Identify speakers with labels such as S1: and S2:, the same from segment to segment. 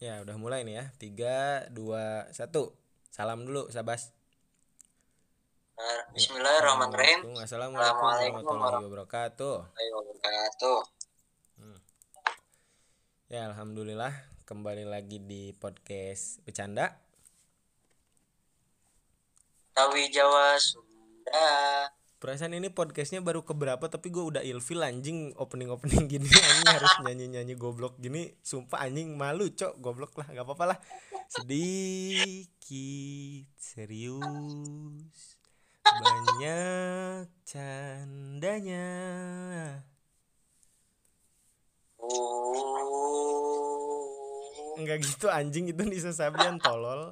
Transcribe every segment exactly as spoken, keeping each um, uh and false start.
S1: Ya udah mulai nih ya. Tiga, dua, satu. Salam dulu Sabas.
S2: Bismillahirrahmanirrahim.
S1: Assalamualaikum warahmatullahi wabarakatuh.
S2: wabarakatuh.
S1: Hmm. Ya alhamdulillah kembali lagi di podcast Bercanda
S2: Tawi Jawa Sunda.
S1: Perasaan ini podcastnya baru keberapa tapi gue udah ilfil anjing opening-opening gini anjing harus nyanyi-nyanyi goblok gini. Sumpah anjing malu cok, goblok lah, gak apa-apa lah. Sedikit serius, banyak candanya.
S2: Oh.
S1: Enggak gitu anjing, itu Nisa Sabian tolol.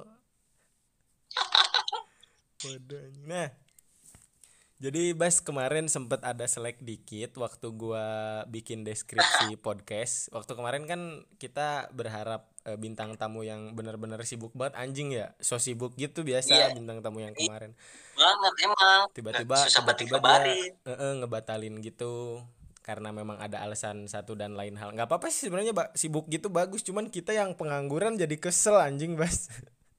S1: Waduh anjing. Nah, jadi Bas kemarin sempet ada selek dikit waktu gua bikin deskripsi podcast. Waktu kemarin kan kita berharap e, bintang tamu yang benar-benar sibuk banget anjing ya. So sibuk gitu biasa
S2: Iya.
S1: bintang tamu yang kemarin.
S2: Banget emang.
S1: Tiba-tiba
S2: Susah banget
S1: tiba-tiba dia
S2: dikabarin.
S1: e -e, ngebatalin gitu karena memang ada alasan satu dan lain hal. Nggak apa-apa sih sebenarnya, ba- sibuk gitu bagus, cuman kita yang pengangguran jadi kesel anjing Bas.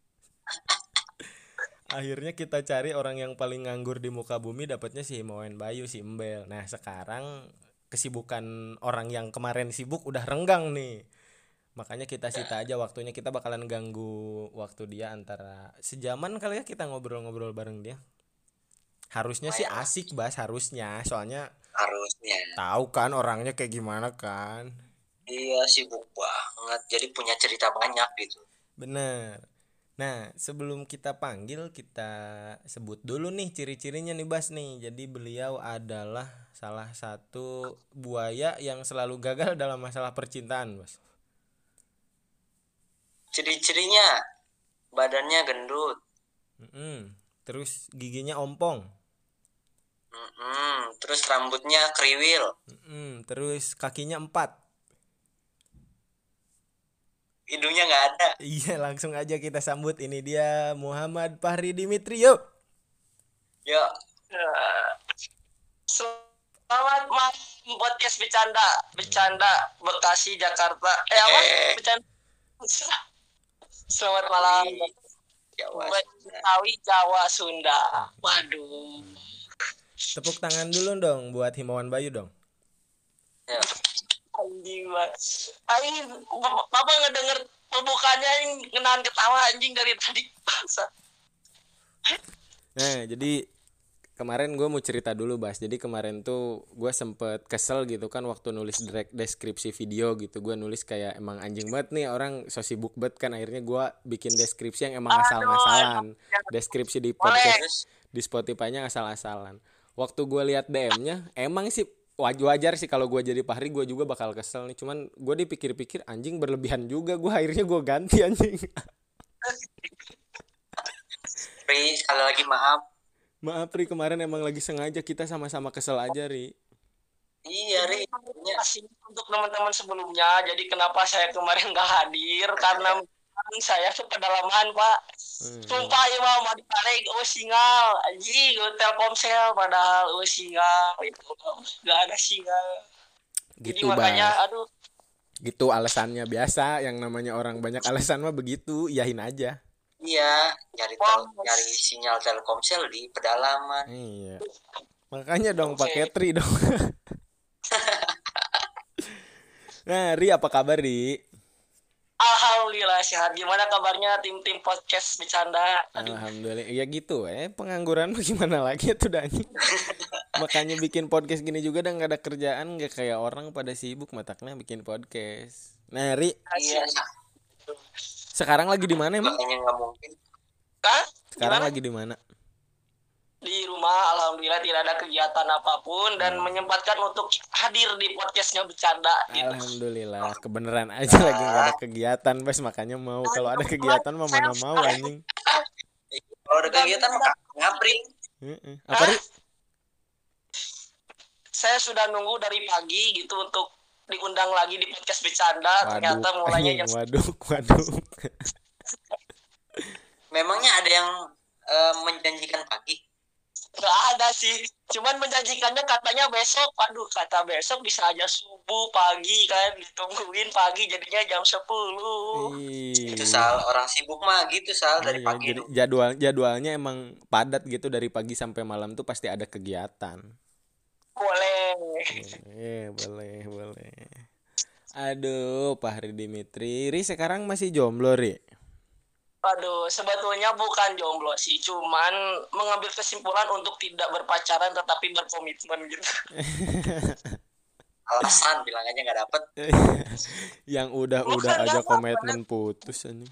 S1: Akhirnya kita cari orang yang paling nganggur di muka bumi, dapatnya si Himawan Bayu, si Embel. Nah sekarang kesibukan orang yang kemarin sibuk udah renggang nih. Makanya kita sita aja waktunya, kita bakalan ganggu waktu dia antara sejaman kali ya kita ngobrol-ngobrol bareng dia. Harusnya sih asik Bas, harusnya. Soalnya
S2: Harusnya.
S1: tahu kan orangnya kayak gimana kan.
S2: Iya sibuk banget. Jadi punya cerita banyak gitu.
S1: Bener. Nah, sebelum kita panggil, kita sebut dulu nih ciri-cirinya nih Bas nih. Jadi beliau adalah salah satu buaya yang selalu gagal dalam masalah percintaan, Bas.
S2: Ciri-cirinya badannya gendut.
S1: Mm-mm. Terus giginya ompong.
S2: Mm-mm. Terus rambutnya kriwil.
S1: Mm-mm. Terus kakinya empat.
S2: Hidungnya nggak ada.
S1: Iya, langsung aja kita sambut. Ini dia Muhammad Fahri Dimitri, yuk.
S2: Yuk. Selamat malam podcast bercanda, bercanda Bekasi Jakarta. Eh apa? Bercanda. Selamat malam. Tawi Jawa Sunda. Waduh.
S1: Tepuk tangan dulu dong buat Himawan Bayu dong.
S2: Ya. Anjing mas, anjing bapak ngedenger pembukaannya yang ngenahan ketawa anjing dari tadi.
S1: Nah jadi kemarin gue mau cerita dulu Bas. Jadi kemarin tuh gue sempet kesel gitu kan waktu nulis deskripsi video gitu. Gue nulis kayak emang anjing banget nih orang so sibuk banget kan. Akhirnya gue bikin deskripsi yang emang asal-asalan. Deskripsi di podcast di Spotify-nya asal-asalan. Waktu gue lihat D M-nya emang sih wajar sih kalau gue jadi Fahri gue juga bakal kesel nih. Cuman gue dipikir-pikir anjing berlebihan juga. Gue akhirnya gue ganti anjing.
S2: Ri sekali lagi maaf.
S1: Maaf Ri, kemarin emang lagi sengaja, kita sama-sama kesel aja Ri.
S2: Iya Ri, kasih untuk teman-teman sebelumnya. Jadi kenapa saya kemarin gak hadir karena saya tuh pedalaman Pak. Hmm. Sumpah ya mau mau ditarik oh singal anjing Telkomsel padahal oh singal itu gak ada singal.
S1: Gitu
S2: jadi makanya bang. Aduh.
S1: Gitu alasannya biasa, yang namanya orang banyak alasan mah begitu, iyahin aja.
S2: Iya, nyari tel, nyari sinyal Telkomsel di pedalaman.
S1: Iya. Makanya dong okay. Pakai tri dong. Nah, Ri apa kabar Ri?
S2: Alhamdulillah sehat. Gimana kabarnya tim-tim podcast bercanda?
S1: Aduh. Alhamdulillah. Ya gitu eh pengangguran gimana lagi tuh Dani. Makanya bikin podcast gini juga udah nggak ada kerjaan, nggak kayak orang pada sibuk mataknya bikin podcast. Nah, Ri.
S2: Iya.
S1: Sekarang lagi di mana emang?
S2: Makanya nggak mungkin. Hah?
S1: Sekarang lagi di mana?
S2: Di rumah, alhamdulillah tidak ada kegiatan apapun dan hmm. menyempatkan untuk hadir di podcastnya bercanda. Gitu.
S1: Alhamdulillah, kebenaran aja nah. Lagi nggak ada kegiatan, Bas, makanya mau. Kalau ada kegiatan mah mana mau anjing.
S2: Kalau ada kegiatan mah ngapri.
S1: Heeh. Apa Ri?
S2: Saya sudah nunggu dari pagi gitu untuk diundang lagi di podcast bercanda. Waduh, ternyata mulainya yang
S1: waduh, waduh.
S2: Memangnya ada yang uh, menjanjikan pagi? Gak ada sih. Cuman menjanjikannya katanya besok. Aduh, kata besok bisa aja subuh pagi kan, ditungguin pagi jadinya jam sepuluh.
S3: Itu
S1: Ih.
S3: Sal, orang sibuk mah gitu Sal dari
S1: Iya,
S3: pagi
S1: jadi
S3: tuh.
S1: jadwal jadwalnya emang padat gitu dari pagi sampai malam tuh pasti ada kegiatan.
S2: Boleh.
S1: Boleh, boleh, boleh. Aduh, Pak Hari Dimitri, Ri sekarang masih jomblo, Ri?
S2: Aduh, sebetulnya bukan jomblo sih, cuman mengambil kesimpulan untuk tidak berpacaran tetapi berkomitmen gitu.
S3: Alasan bilang aja nggak dapet.
S1: Yang udah-udah
S2: Bukan
S1: aja
S2: apa,
S1: komitmen putus anjing.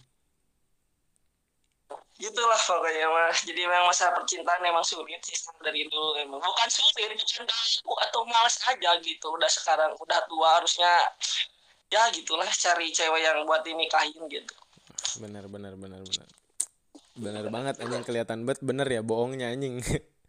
S2: gitulah pokoknya mas. Jadi memang masa percintaan memang sulit sih dari dulu emang. Bukan sulit, bukan galau atau malas aja gitu. Udah sekarang udah tua harusnya ya gitulah cari cewek yang buat dinikahin gitu.
S1: Benar, benar, benar, benar. Benar banget anjing, kelihatan bet bener ya bohongnya anjing.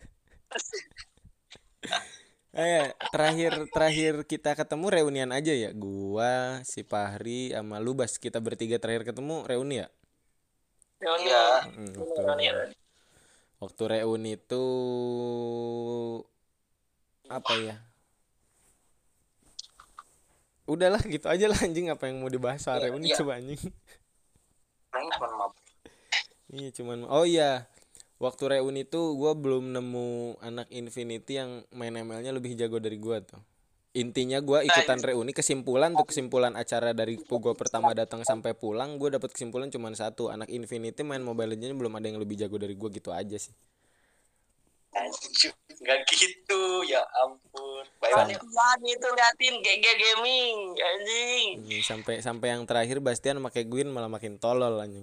S1: Eh, terakhir terakhir kita ketemu reunian aja ya. Gua, si Fahri sama lu Bas, kita bertiga terakhir ketemu reuni ya?
S2: Reuni,
S3: Iya.
S1: Hmm,
S2: reuni,
S1: waktu,
S2: reuni, reuni.
S1: waktu reuni itu apa ya? Udahlah gitu aja lah anjing, apa yang mau dibahas soal
S3: Iya,
S1: reuni
S3: iya.
S1: coba anjing.
S3: Orangnya cuma mabuk.
S1: Iya cuman oh iya. Waktu reuni tuh gue belum nemu anak Infinity yang main M L-nya lebih jago dari gue tuh. Intinya gue ikutan reuni, kesimpulan tuh kesimpulan acara dari gue pertama datang sampai pulang, gue dapat kesimpulan cuma satu, anak Infinity main Mobile Legends belum ada yang lebih jago dari gue, gitu aja sih.
S3: Anjir, nggak gitu, ya ampun.
S1: Sam-
S3: Bayangin
S2: Lihat itu liatin G G Gaming anjing.
S1: Ini sampai sampai yang terakhir Bastian pakai Gwyn malah makin tolol anjing.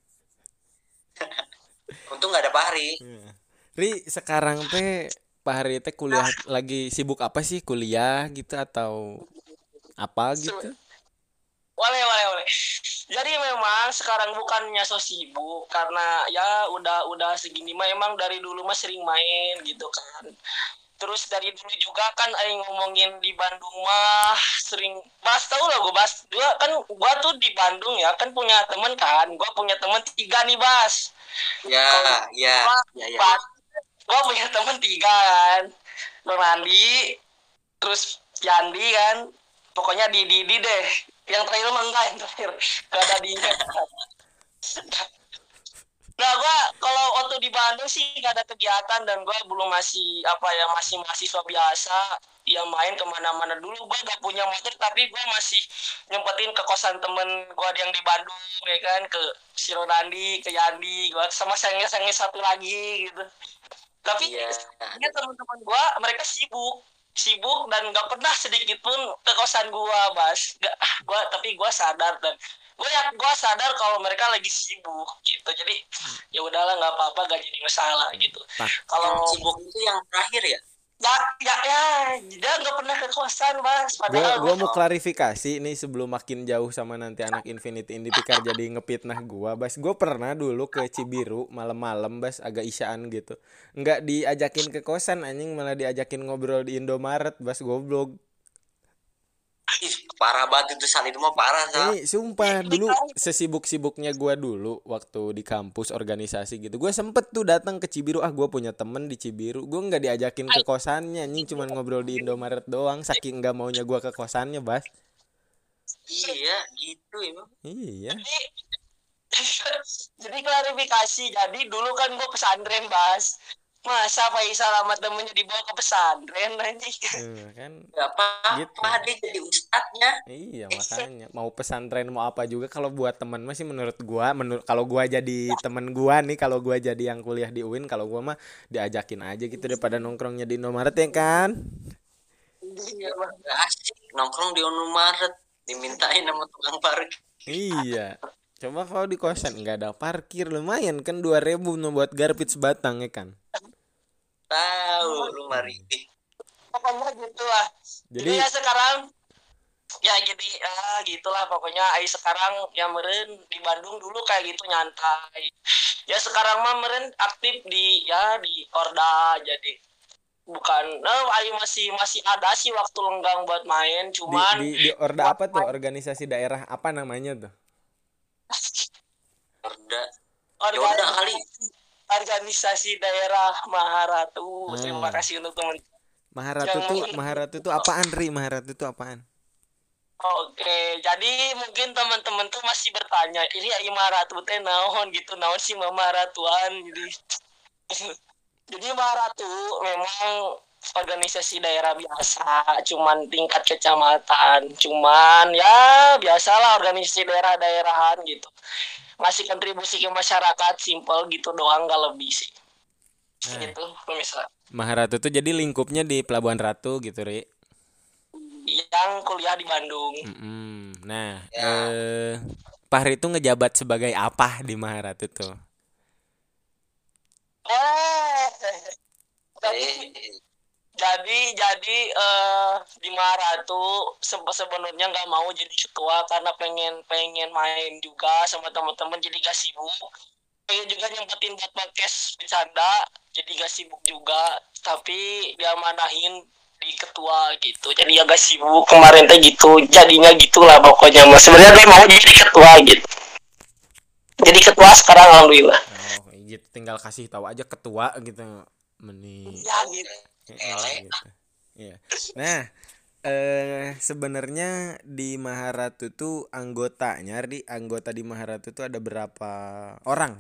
S3: untung nggak ada Pahri.
S1: Iya. Ri sekarang teh Pak Hari teh kuliah lagi sibuk apa sih, kuliah gitu atau apa gitu?
S2: Boleh, boleh, boleh. Jadi memang sekarang bukannya so sibuk karena ya udah udah segini mah emang dari dulu mah sering main gitu kan. Terus dari dulu juga kan aing ngomongin di Bandung mah sering Bas tau lah gue Bas. Gua kan gua tuh di Bandung ya kan punya temen kan. Gua punya temen tiga nih Bas.
S3: Ya, ya,
S2: Gua,
S3: ya, ya.
S2: Bas, gua punya temen tiga kan. Nurandi, terus Yandi kan. Pokoknya di di, di deh. Yang terakhir mah enggak, yang terakhir gak ada dinya. Nah, gua kalau waktu di Bandung sih gak ada kegiatan dan gua belum masih apa ya masih mahasiswa biasa yang main kemana-mana dulu. Gua gak punya motor tapi gua masih nyempetin ke kosan temen gua yang di Bandung ya kan, ke si Ronandi, ke Yandi, gua sama sayangnya-sayangnya satu lagi gitu. Tapi
S3: Iya.
S2: sebenarnya teman-teman gua mereka sibuk sibuk dan gak pernah sedikit pun ke kosan gua Bas. Gak, gua tapi gua sadar dan gue ya gue sadar kalau mereka lagi sibuk gitu, jadi ya udahlah nggak apa-apa, gak jadi masalah gitu.
S1: Pak.
S2: Kalau
S3: Yang sibuk itu yang terakhir ya.
S2: ya ya ya dia nggak pernah ke kosan Bas,
S1: Gue
S2: padahal
S1: gua mau klarifikasi nih sebelum makin jauh sama nanti anak Infinity Indipikar jadi ngepitnah gua, Bas. Gue pernah dulu ke Cibiru malam-malam, Bas, agak isyaan gitu. Nggak diajakin ke kosan anjing, malah diajakin ngobrol di Indomaret, Bas, goblok.
S3: Ih, parah banget itu Sal, itu mah parah Sal.
S1: Eh, sumpah dulu sesibuk-sibuknya gua dulu waktu di kampus organisasi gitu. Gua sempet tuh datang ke Cibiru, ah gua punya temen di Cibiru. Gua nggak diajakin ke kosannya, anjing, cuman ngobrol di Indomaret doang saking nggak maunya gua ke kosannya, Bas.
S3: Iya, gitu emang.
S1: Iya.
S2: jadi jadi klarifikasi, jadi dulu kan gue pesantren Bas, masa Faisal sama temennya dibawa ke pesantren nanti.
S1: Eh, kan
S3: Gak apa-apa,
S1: gitu.
S3: dia jadi ustadznya.
S1: Iya, makanya mau pesantren mau apa juga kalau buat teman masih menurut gua, menurut kalau gua jadi temen gua nih, kalau gua jadi yang kuliah di U I N, kalau gua mah diajakin aja gitu daripada nongkrongnya di Indomaret ya kan.
S2: Iya, Bang.
S3: Gak asik nongkrong di Indomaret, dimintain sama tukang parkir.
S1: Iya. Coba kalau di kosan nggak ada parkir, lumayan kan dua ribu buat garpit sebatang ya kan.
S3: Tahu lu mari.
S2: Pokoknya gitu lah. Jadi,
S1: Jadi
S2: ya sekarang ya jadi ya gitulah pokoknya ai sekarang ya meren di Bandung dulu kayak gitu nyantai. Ya sekarang mah meren aktif di ya di Orda, jadi bukan nah ai masih masih ada sih waktu lenggang buat main,
S1: di
S2: cuman
S1: di di Orda apa tuh, organisasi daerah apa namanya tuh?
S3: Orda.
S2: Orda
S3: Yorda kali.
S2: organisasi daerah Maharatu.
S1: Ah.
S2: Terima kasih untuk teman.
S1: Maharatu
S2: Yang-
S1: tuh Maharatu tuh apaan, Ri? Maharatu tuh apaan?
S2: Oke, jadi mungkin teman-teman tuh masih bertanya, ini ya Maharatu teh naon gitu, naon sih Maharatuan. Jadi jadi Maharatu memang organisasi daerah biasa, cuman tingkat kecamatan, cuman ya biasalah organisasi daerah-daerahan gitu. Ngasih kontribusi ke masyarakat, simple gitu doang, gak lebih sih.
S1: Nah.
S2: Gitu, pemirsa.
S1: Maharatu tuh jadi lingkupnya di Pelabuhan Ratu gitu, Ri.
S2: Yang kuliah di Bandung.
S1: Mm-mm. Nah,
S3: Ya.
S1: eh Fahri itu ngejabat sebagai apa di Maharatu tuh?
S2: Eh, jadi
S3: Eh,
S2: jadi jadi eh di Maharatu sempat sebenarnya nggak mau jadi ketua karena pengen pengen main juga sama teman-teman, jadi gak sibuk. Pengen juga nyempetin buat podcast bercanda, jadi gak sibuk juga. Tapi dia manahin di ketua gitu, jadi agak sibuk kemarin teh gitu, jadinya gitulah pokoknya. Mas sebenarnya dia mau jadi ketua gitu, jadi ketua sekarang alhamdulillah.
S1: Oh, gitu. Tinggal kasih tahu aja ketua gitu. Meni.
S2: Ya gitu.
S1: Eh, gitu. Iya. Nah, eh sebenarnya di Maharatu tuh anggotanya, di anggota di Maharatu tuh ada berapa orang?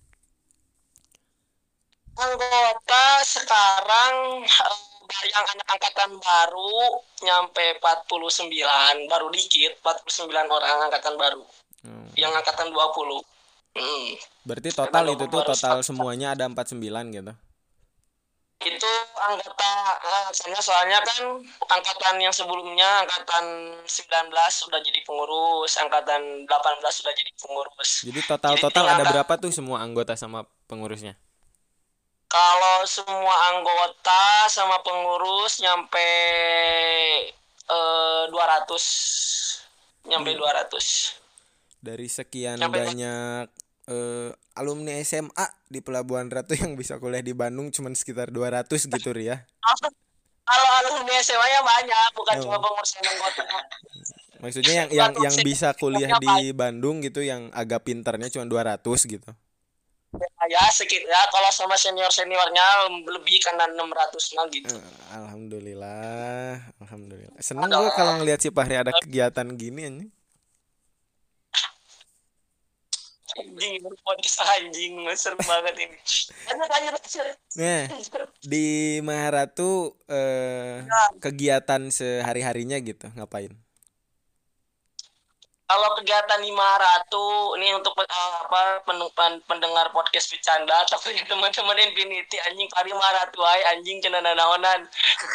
S2: Anggota sekarang eh, yang anak angkatan baru nyampe empat puluh sembilan, baru dikit empat puluh sembilan orang angkatan baru.
S1: Hmm.
S2: Yang angkatan dua puluh. Hmm.
S1: Berarti total
S2: Karena
S1: itu tuh
S2: baru
S1: total
S2: start.
S1: semuanya ada empat puluh sembilan gitu.
S2: Itu anggota eh, soalnya soalnya kan angkatan yang sebelumnya angkatan sembilan belas sudah jadi pengurus, angkatan delapan belas sudah jadi pengurus.
S1: Jadi total
S2: Jadi
S1: total
S2: tinggal
S1: ada
S2: kan-
S1: berapa tuh semua anggota sama pengurusnya?
S2: Kalau semua anggota sama pengurus nyampe eh, dua ratus. Nyampe
S1: Hmm.
S2: dua ratus.
S1: Dari sekian
S2: Sampai-
S1: banyak eh, alumni S M A di Pelabuhan Ratu yang bisa kuliah di Bandung cuman sekitar dua ratus gitu, Ri, ya.
S2: Kalau alumni S M A-nya banyak, bukan
S1: Oh.
S2: cuma pengurus dan anggota.
S1: Maksudnya yang yang yang bisa kuliah di Bandung gitu yang agak pintarnya cuma dua ratus gitu.
S2: Ya sekitar ya, kalau sama senior-seniornya lebih karena enam ratus mah gitu.
S1: Eh, Alhamdulillah, alhamdulillah. Seneng gue kalau ngelihat si Fahri ada kegiatan gini anjing.
S2: Anjing, podcast anjing, seru banget ini. Lanjut, lanjut, lanjut.
S1: Nah, di Maharatu eh, kegiatan sehari-harinya gitu ngapain?
S2: Kalau kegiatan di Maharatu ini untuk eh, apa pen- pen- pendengar podcast bercanda, takutnya teman-teman Infinity anjing kali Maharatu ay anjing cenah naonan.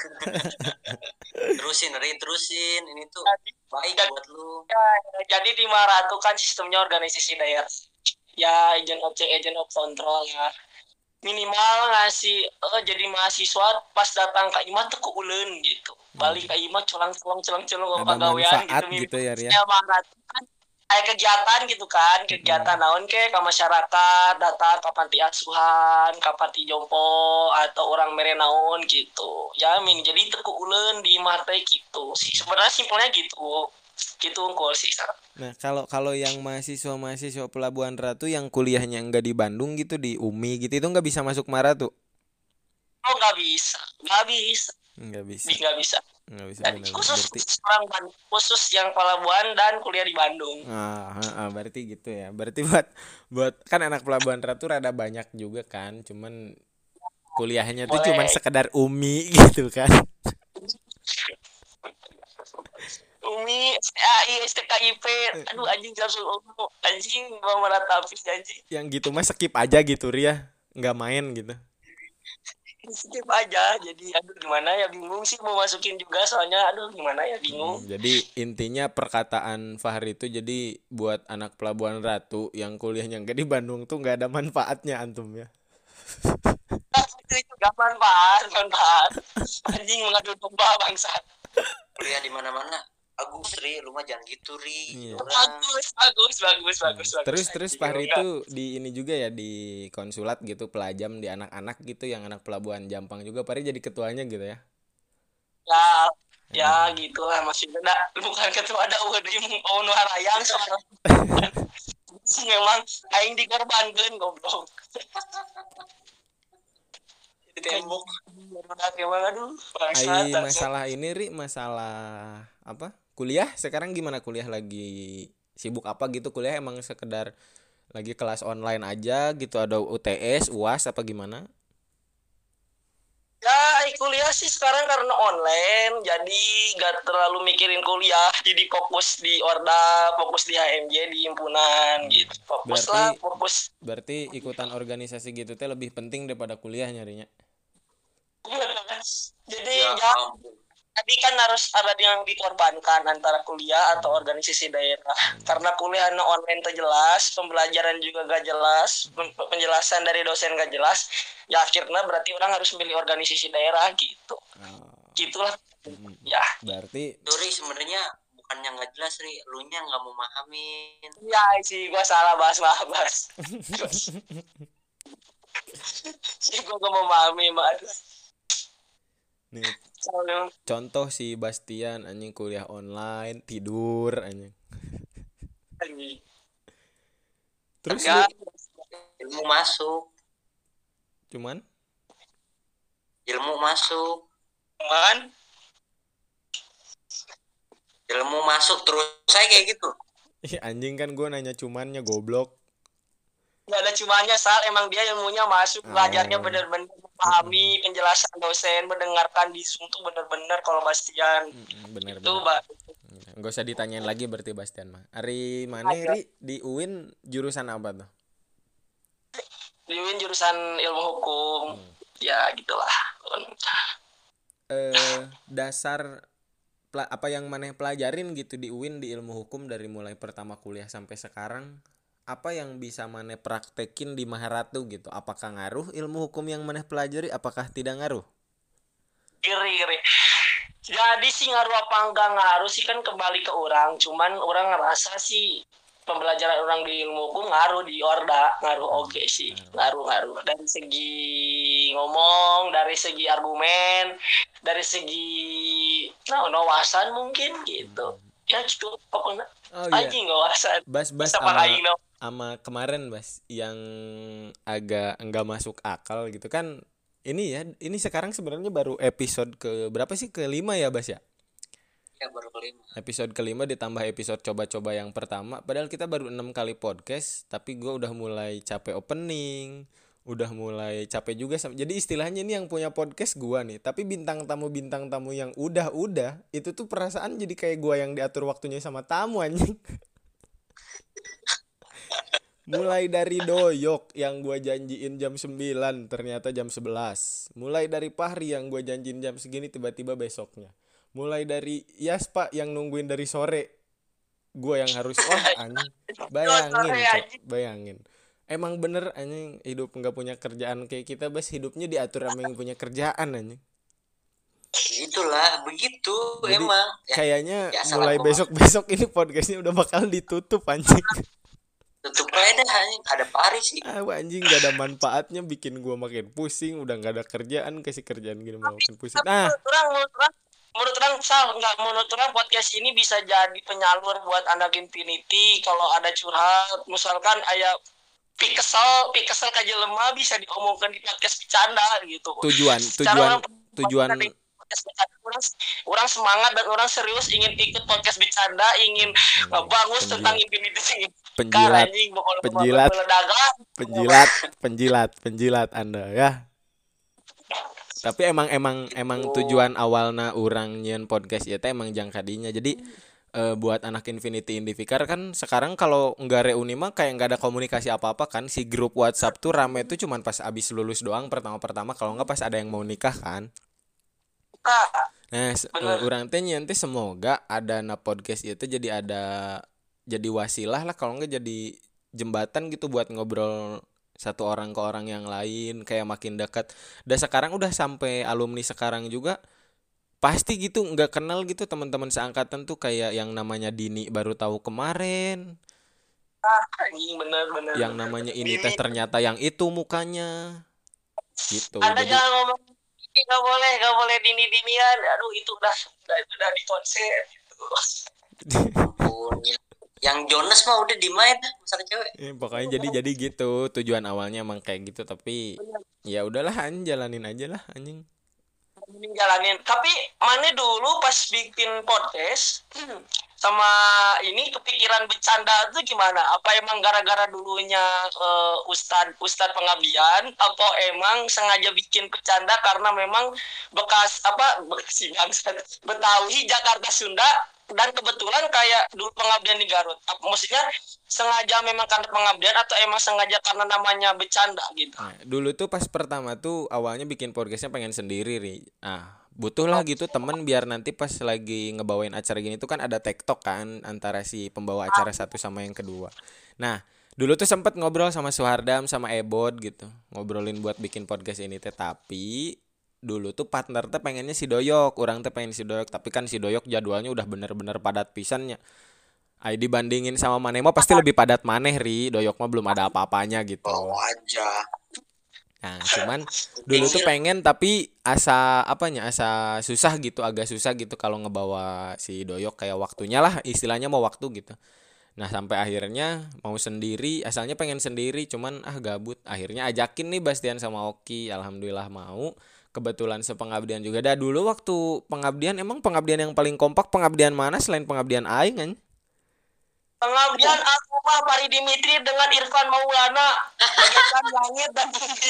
S3: terusin, Ri, terusin. Ini tuh baik buat lu.
S2: Ya, jadi di Maharatu kan sistemnya organisasi daerah. Ya, agent of change, agent of control ya. Minimal ngasih eh, jadi mahasiswa pas datang ke Ima tuh keuleun gitu. Balik ke Ima colang-colang colang-colang
S1: Ada
S2: pegawaian
S1: manfaat
S2: gitu.
S1: gitu ya, Ria.
S2: Ya, Maharatu kan kayak kegiatan gitu kan, kegiatan naon ke ke masyarakat, datang ke panti asuhan, ke panti jompo atau orang mere naon gitu. Ya min jadi teu keuleun di Imah teh gitu. Sih sebenarnya simpelnya gitu. Gitu unggul sih.
S1: Nah, kalau kalau yang mahasiswa-mahasiswa Pelabuhan Ratu yang kuliahnya enggak di Bandung gitu, di U M I gitu, itu nggak bisa masuk Maharatu?
S2: Oh nggak bisa, nggak bisa,
S1: Nggak bisa.
S2: nggak bisa.
S1: Nggak bisa
S2: Jadi
S1: benar.
S2: khusus
S1: Berarti
S2: orang Bandung, khusus yang Pelabuhan dan kuliah di Bandung.
S1: ah, ah, ah, berarti gitu ya. Berarti buat buat kan anak Pelabuhan Ratu rada banyak juga kan, cuman kuliahnya tuh
S2: Boleh.
S1: cuman sekedar U M I gitu kan.
S2: Umi, S T A I, S T K I P, aduh anjing langsung anjing mau meratapi anjing.
S1: Yang gitu mah skip aja gitu, Ria. Nggak main gitu.
S2: Skip aja, jadi aduh gimana ya bingung sih mau masukin juga soalnya aduh gimana ya bingung.
S1: Hmm, jadi intinya perkataan Fahri itu jadi buat anak Pelabuhan Ratu yang kuliahnya nggak di Bandung tuh nggak ada manfaatnya antum ya.
S2: Itu juga manfaat, manfaat. Anjing mengadu domba bangsa.
S3: Kuliah di mana-mana. Agus, Ri, lu mah jangan gitu, Ri.
S1: Iya.
S3: Orang.
S2: Bagus, bagus, bagus, bagus, bagus.
S1: Terus terus
S2: Anjing,
S1: Fahri
S2: enggak.
S1: itu di ini juga ya di konsulat gitu pelajam di anak-anak gitu yang anak Pelabuhan Jampang juga Fahri jadi ketuanya gitu ya.
S2: Ya, ya gitulah masih beda. Bukan ketua ada udah mau nuharayang soalnya. Memang aing dikorbankeun goblok.
S3: Di tembok.
S2: Udah memang aduh.
S1: Ai masalah ini Ri, masalah apa? Kuliah sekarang gimana, kuliah lagi sibuk apa gitu? Kuliah emang sekedar lagi kelas online aja gitu, ada U T S, U A S apa gimana?
S2: Ya, kuliah sih sekarang karena online, jadi gak terlalu mikirin kuliah, jadi fokus di Orda, fokus di H M J, di himpunan gitu. Fokus
S1: Berarti
S2: lah, fokus.
S1: berarti ikutan organisasi gitu teh lebih penting daripada kuliah nyarinya.
S2: Jadi
S3: Ya
S2: ya,
S3: ampun.
S2: tadi kan harus ada yang dikorbankan antara kuliah atau organisasi daerah. Karena kuliah no online tuh jelas, pembelajaran juga gak jelas, pen- penjelasan dari dosen gak jelas. Ya akhirnya berarti orang harus milih organisasi daerah gitu.
S1: Oh,
S2: Gitulah.
S1: mm,
S2: Ya.
S1: berarti
S3: Suri sebenarnya bukannya nggak jelas, Ri, lu nya nggak mau mahamin.
S2: Ya sih, gua salah bahas bahas. Sih gua gak memahami mas.
S1: nih
S2: Soalnya
S1: contoh si Bastian anjing kuliah online, tidur anjing.
S2: lagi.
S1: Terus
S2: Ya,
S1: lu
S3: Ilmu masuk,
S1: cuman
S3: ilmu masuk,
S2: cuman
S3: ilmu masuk terus saya kayak gitu.
S1: ih anjing kan gue nanya cumannya goblok.
S2: nggak ada cumannya Sal, emang dia ilmunya masuk, belajarnya
S1: Oh.
S2: bener-bener memahami penjelasan dosen, mendengarkan di Zoom tuh bener-bener kalau Bastian
S1: Mm, bener
S2: itu
S1: bener.
S2: Mbak.
S1: Nggak usah ditanyain lagi berarti Bastian mah. Ari mana Ri di U I N jurusan apa tuh?
S2: Diwin jurusan ilmu hukum. Ya gitulah.
S1: Eh dasar pela- apa yang maneh pelajarin gitu di U I N di ilmu hukum dari mulai pertama kuliah sampai sekarang, apa yang bisa maneh praktekin di Maharatu gitu? Apakah ngaruh ilmu hukum yang maneh pelajari? Apakah tidak ngaruh?
S2: Giri-giri. Jadi sih ngaruh apa enggak ngaruh sih kan kembali ke orang. Cuman orang ngerasa sih pembelajaran orang di ilmu hukum ngaruh di Orda, ngaruh oke sih, ngaruh-ngaruh dari segi ngomong, dari segi argumen, dari segi nah, wawasan mungkin gitu. Ya cukup pokoknya
S1: Oh iya.
S2: anjing wawasan.
S1: Bas-bas
S2: Sama
S1: sama
S2: aing no.
S1: sama kemarin Bas yang agak enggak masuk akal gitu kan. Ini ya, ini sekarang sebenarnya baru episode ke berapa sih? Kelima ya Bas ya?
S3: Ya baru kelima.
S1: Episode kelima ditambah episode coba-coba yang pertama. Padahal kita baru enam kali podcast, tapi gue udah mulai capek opening, udah mulai capek juga. Jadi istilahnya ini yang punya podcast gue nih. Tapi bintang tamu-bintang tamu yang udah-udah, itu tuh perasaan jadi kayak gue yang diatur waktunya sama tamu anjing. Mulai dari Doyok yang gue janjiin jam sembilan ternyata jam sebelas. Mulai dari Fahri yang gue janjiin jam segini tiba-tiba besoknya. Mulai dari Yaspa yang nungguin dari sore. Gue yang harus wah anjing. Bayangin, Cok, bayangin. Emang bener anjing hidup nggak punya kerjaan kayak kita, Bas, hidupnya diatur sama yang punya kerjaan anjing.
S3: Itulah begitu.
S1: Jadi,
S3: emang ya,
S1: kayaknya
S3: ya,
S1: mulai
S3: salah
S1: besok-besok ini podcastnya udah bakal ditutup anjing.
S3: tutup aja dah anjing, ada pari sih.
S1: Ah, anjing gak ada manfaatnya, bikin gua makin pusing, udah gak ada kerjaan, kasih kerjaan gini makin pusing. Nah,
S2: Menurut orang, menurut orang, menurut orang Sal, nggak menurut orang podcast ini bisa jadi penyalur buat anak Infinity kalau ada curhat, misalkan ayah pi kesel, pi kesel kaja lemah bisa diomongkan di podcast bercanda gitu.
S1: tujuan
S2: Secara
S1: tujuan
S2: orang,
S1: tujuan
S2: podcast bercanda, orang, orang semangat dan orang serius ingin ikut podcast bercanda, ingin ngebangun
S1: penjilat.
S2: tentang Infinity ini.
S1: penjilat
S2: Anjing, pokoknya
S1: penjilat
S2: meledakan.
S1: penjilat penjilat penjilat Anda ya. Tapi emang emang emang tujuan awalnya orang nyen podcast ya teh emang jangkadinya. Jadi eh, buat anak Infinity Indivikar kan sekarang kalau nggak reuni mah kayak nggak ada komunikasi apa-apa kan. Si grup WhatsApp tuh rame tuh cuman pas abis lulus doang pertama-pertama, kalau nggak pas ada yang mau nikah kan. Nah, uh, urang teh nyen teh semoga ada na podcast itu jadi ada jadi wasilah lah, kalau nggak jadi jembatan gitu buat ngobrol satu orang ke orang yang lain, kayak makin dekat. Dan sekarang udah sampai alumni sekarang juga pasti gitu nggak kenal gitu teman-teman seangkatan tuh, kayak yang namanya Dini baru tahu kemarin.
S2: Anjing bener-bener.
S1: Yang namanya ini teh ternyata yang itu mukanya. Gitu.
S2: Anda
S1: Jadi
S2: jangan ngomong nggak boleh, nggak boleh dini-dinian. Aduh itu udah udah, udah di konsep gitu.
S3: Ampun. Yang Jonas mah udah dimain masalah cewek.
S1: Ya, pokoknya jadi jadi gitu tujuan awalnya emang kayak gitu, tapi ya udahlah anjing, jalanin aja lah anjing.
S2: Jalanin. Tapi mana dulu pas bikin podcast sama ini kepikiran bercanda tuh gimana? Apa emang gara-gara dulunya uh, Ustad Ustad pengabdian atau emang sengaja bikin bercanda karena memang bekas apa Bekasi bangsat Betawi Jakarta Sunda dan kebetulan kayak dulu pengabdian di Garut. Apa, maksudnya sengaja memang karena pengabdian atau emang sengaja karena namanya bercanda gitu?
S1: Nah, dulu tuh pas pertama tuh awalnya bikin podcastnya pengen sendiri ri. Ah, butuh lah gitu temen biar nanti pas lagi ngebawain acara gini tuh kan ada tektok kan antara si pembawa acara satu sama yang kedua. Nah, dulu tuh sempet ngobrol sama Suhardam sama Ebot gitu, ngobrolin buat bikin podcast ini teh, tapi dulu tuh partner teh pengennya si Doyok, orang teh pengen si Doyok, tapi kan si Doyok jadwalnya udah bener-bener padat pisannya. Ai dibandingin sama Maneh mah pasti lebih padat Maneh ri, Doyok mah belum ada apa-apanya gitu.
S3: Oh aja.
S1: Nah, cuman dulu tuh pengen tapi asa apanya, asa susah gitu, agak susah gitu kalau ngebawa si Doyok kayak waktunya lah, istilahnya mau waktu gitu. Nah, sampai akhirnya mau sendiri, asalnya pengen sendiri cuman ah gabut. Akhirnya ajakin nih Bastian sama Oki, alhamdulillah mau. Kebetulan sepengabdian juga. Dah dulu waktu pengabdian emang pengabdian yang paling kompak pengabdian mana selain pengabdian aing kan?
S2: Pengabdian aku mah Pari Dimitri dengan Irfan Maulana bagaikan langit dan bumi.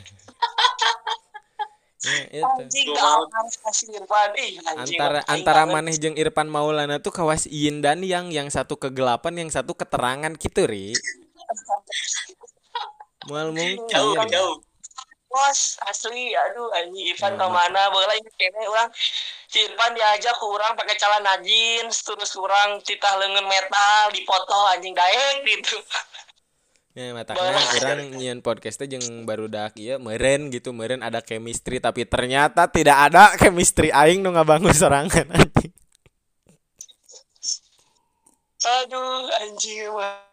S1: Ya, itu.
S2: Anjing gampang kasih Irfan ih anjing.
S1: Antara antara Maneh jeung Irfan Maulana tuh kawas Iin dan yang yang satu kegelapan, yang satu keterangan gitu ri. Mual mungkin.
S3: Jauh jauh.
S2: Bos asli aduh anjing Irfan kemana bola ini kene orang si Irfan diajak ke orang pakai celana jeans terus orang titah leungeun metal dipoto anjing daek gitu.
S1: Ya matakna orang nyian podcast teh jeung barudak ieu meureun gitu, meureun ada chemistry tapi ternyata tidak ada chemistry aing nu ngabangun sorangan anjing.
S2: Aduh anjing mah.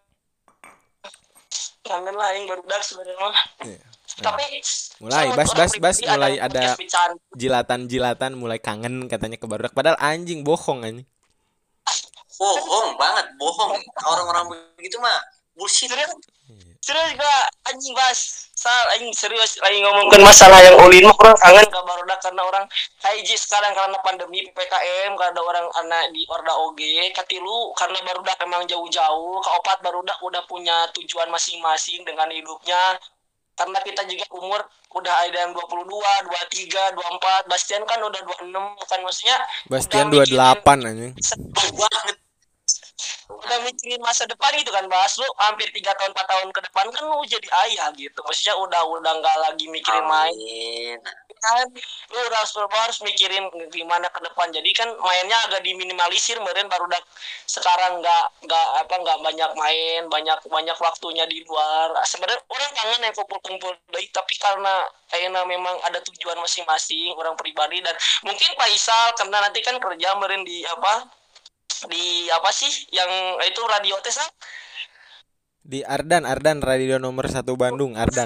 S2: Kangen lah aing barudak sebenarnya mah.
S1: Ya.
S2: Nah, tapi
S1: mulai bas bas bas mulai ada jilatan-jilatan, mulai kangen katanya ke barudak, padahal anjing bohong anjing.
S3: Bohong banget, bohong. Orang-orang begitu mah bullshit.
S2: Serius gak anjing bas sal anjing serius lagi ngomongin masalah yang ulin mah orang kangen ke barudak karena orang hiji sekarang karena pandemi P P K M karena orang anak di Orda Oge katilu karena barudak emang jauh-jauh, kaopat barudak udah punya tujuan masing-masing dengan hidupnya. Karena kita juga umur udah ada yang dua puluh dua, dua puluh tiga, dua puluh empat. Bastian kan udah dua puluh enam, bukan maksudnya
S1: Bastian dua puluh delapan anjing.
S2: Banget. Udah mikirin masa depan gitu kan, Bas. Lu hampir tiga tahun empat tahun ke depan kan lu jadi ayah gitu. Maksudnya udah udah enggak lagi mikirin main. Kan lu harus harus mikirin gimana ke depan. Jadi kan mainnya agak diminimalisir, meren baru udah sekarang enggak enggak apa enggak banyak main, banyak banyak waktunya di luar. Sebenarnya orang kangen yang kumpul-kumpul deui, tapi karena kayaknya memang ada tujuan masing-masing orang pribadi dan mungkin Faisal karena nanti kan kerja meren di apa di apa sih yang itu radio tes
S1: di Ardan Ardan radio nomor satu Bandung Ardan.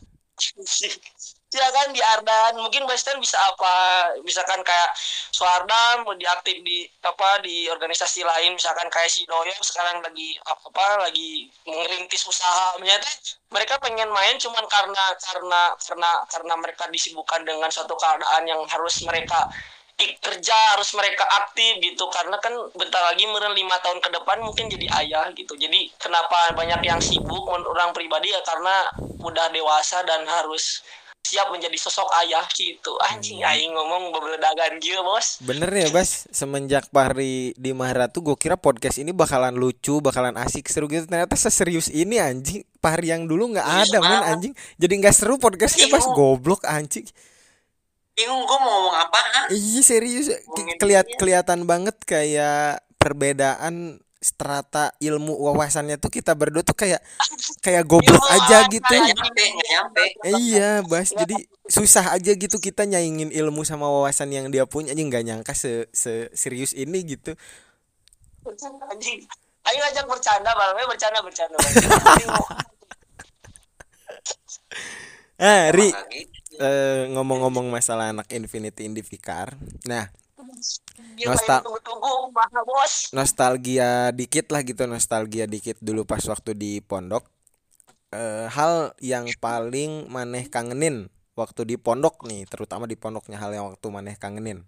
S2: Ya kan di Ardan mungkin Bastian bisa apa misalkan kayak Suardam mau diaktif di apa di organisasi lain misalkan kayak si Doyok sekarang lagi apa lagi merintis usaha ternyata mereka pengen main cuman karena karena karena karena mereka disibukkan dengan suatu keadaan yang harus mereka kerja harus mereka aktif gitu karena kan bentar lagi meren lima tahun ke depan mungkin jadi ayah gitu. Jadi kenapa banyak yang sibuk menurut orang pribadi ya karena udah dewasa dan harus siap menjadi sosok ayah gitu. Anjing hmm. aing ngomong bebeledagan gitu bos.
S1: Bener ya Bas, semenjak Pahri di Mahra tuh gue kira podcast ini bakalan lucu, bakalan asik seru gitu, ternyata seserius ini anjing. Pahri yang dulu nggak ada men anjing, jadi nggak seru podcastnya Bas, goblok anjing.
S3: Bingung gue mau ngomong apaan.
S1: Iya serius, keliat kelihatan banget kayak perbedaan strata ilmu wawasannya tuh kita berdua tuh kayak kayak goblok Yo, aja gitu.
S3: Gak nyampe, gak nyampe.
S1: Eh, iya Bas, jadi susah aja gitu kita nyaingin ilmu sama wawasan yang dia punya aja, nggak nyangka se, se serius ini gitu.
S2: Anjing, ayo ajak bercanda malamnya bercanda bercanda.
S1: Ah Ri. Uh, ngomong-ngomong masalah anak Infinity Indivikar, nah, nostal-
S2: tunggu-tunggu, bah, mana bos?
S1: Nostalgia dikit lah gitu, nostalgia dikit dulu pas waktu di pondok. Eh, hal yang paling maneh kangenin waktu di pondok nih, terutama di pondoknya, hal yang waktu maneh kangenin.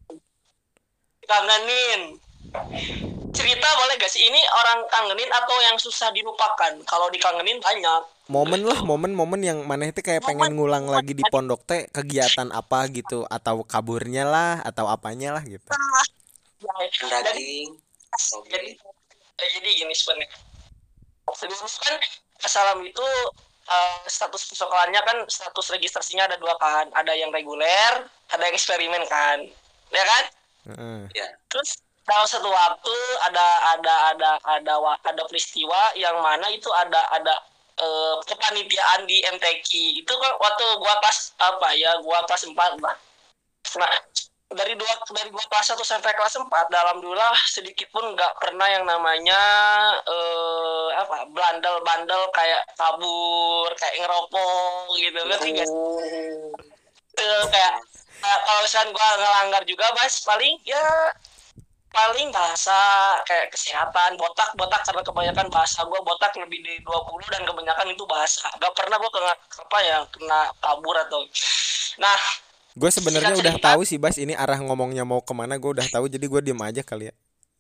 S2: Kangenin. Cerita boleh gak sih? Ini orang kangenin atau yang susah dilupakan? Kalau dikangenin banyak.
S1: Momen lah, momen-momen yang maneh teh kayak pengen ngulang lagi di pondok teh, kegiatan apa gitu, atau kaburnya lah, atau apanya lah gitu.
S2: Ya, jadi,
S3: Daging.
S2: jadi, eh, jadi gini sebenarnya. Sebelum kan Assalam itu uh, status persekolahannya kan status registrasinya ada dua kan, ada yang reguler, ada yang eksperimen kan, ya kan?
S1: Heeh.
S3: Ya.
S2: Terus dalam satu waktu ada ada ada ada ada peristiwa yang mana itu ada ada uh, kepanitiaan di M T Q itu kan waktu gua kelas apa ya, gua kelas empat lah. Nah, dari dua dari gua kelas satu sampai kelas empat, alhamdulillah sedikit pun nggak pernah yang namanya eh apa bandel-bandel kayak kabur, kayak ngerokok gitu, ngerti nggak sih? Eh, kayak eh, kalau misalkan gua ngelanggar juga Bas, paling ya paling bahasa kayak kesehatan, botak botak karena kebanyakan bahasa gua botak lebih dari dua puluh dan kebanyakan itu bahasa. Gak pernah gua kena apa ya, kena kabur atau nah.
S1: Gue sebenarnya udah tahu sih Bas, ini arah ngomongnya mau kemana, gue udah tahu, jadi gue diem aja kali ya.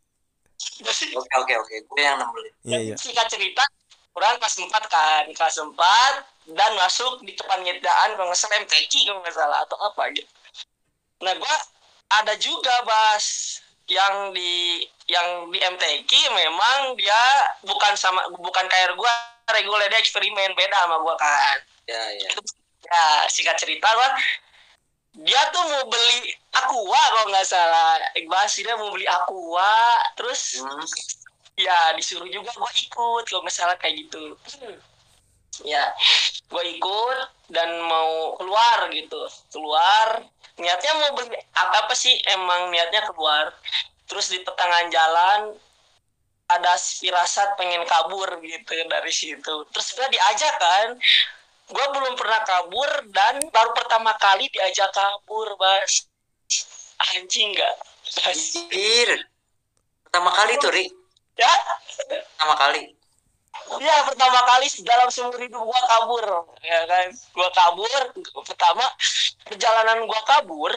S3: Oke oke oke, gue yang nembelin.
S1: Iya iya.
S2: Singkat cerita, orang kelas empat kan, kelas empat dan masuk di kepanitiaan kalau nggak salah M T Q kalau nggak salah atau apa gitu. Nah gua ada juga Bas yang di yang di M T Q memang dia bukan sama bukan kayak gua reguler, dia eksperimen, beda sama gua kan.
S3: Ya ya.
S2: Itu, ya singkat cerita gua dia tuh mau beli Aqua kalau nggak salah, Iqbal dia mau beli Aqua, terus
S3: Hmm.
S2: ya disuruh juga gue ikut kalau nggak salah kayak gitu. Ya gue ikut dan mau keluar gitu, keluar niatnya mau beli apa, apa sih emang niatnya keluar, terus di pertengahan jalan ada firasat pengen kabur gitu dari situ, terus gue diajak kan. Gue belum pernah kabur dan baru pertama kali diajak kabur, Bas. Anjing gak?
S3: Anjir. Pertama kali tuh, Ri.
S2: Ya?
S3: Pertama kali.
S2: Iya, pertama kali dalam seumur hidup gue kabur. Ya kan? Gue kabur. Pertama, perjalanan gue kabur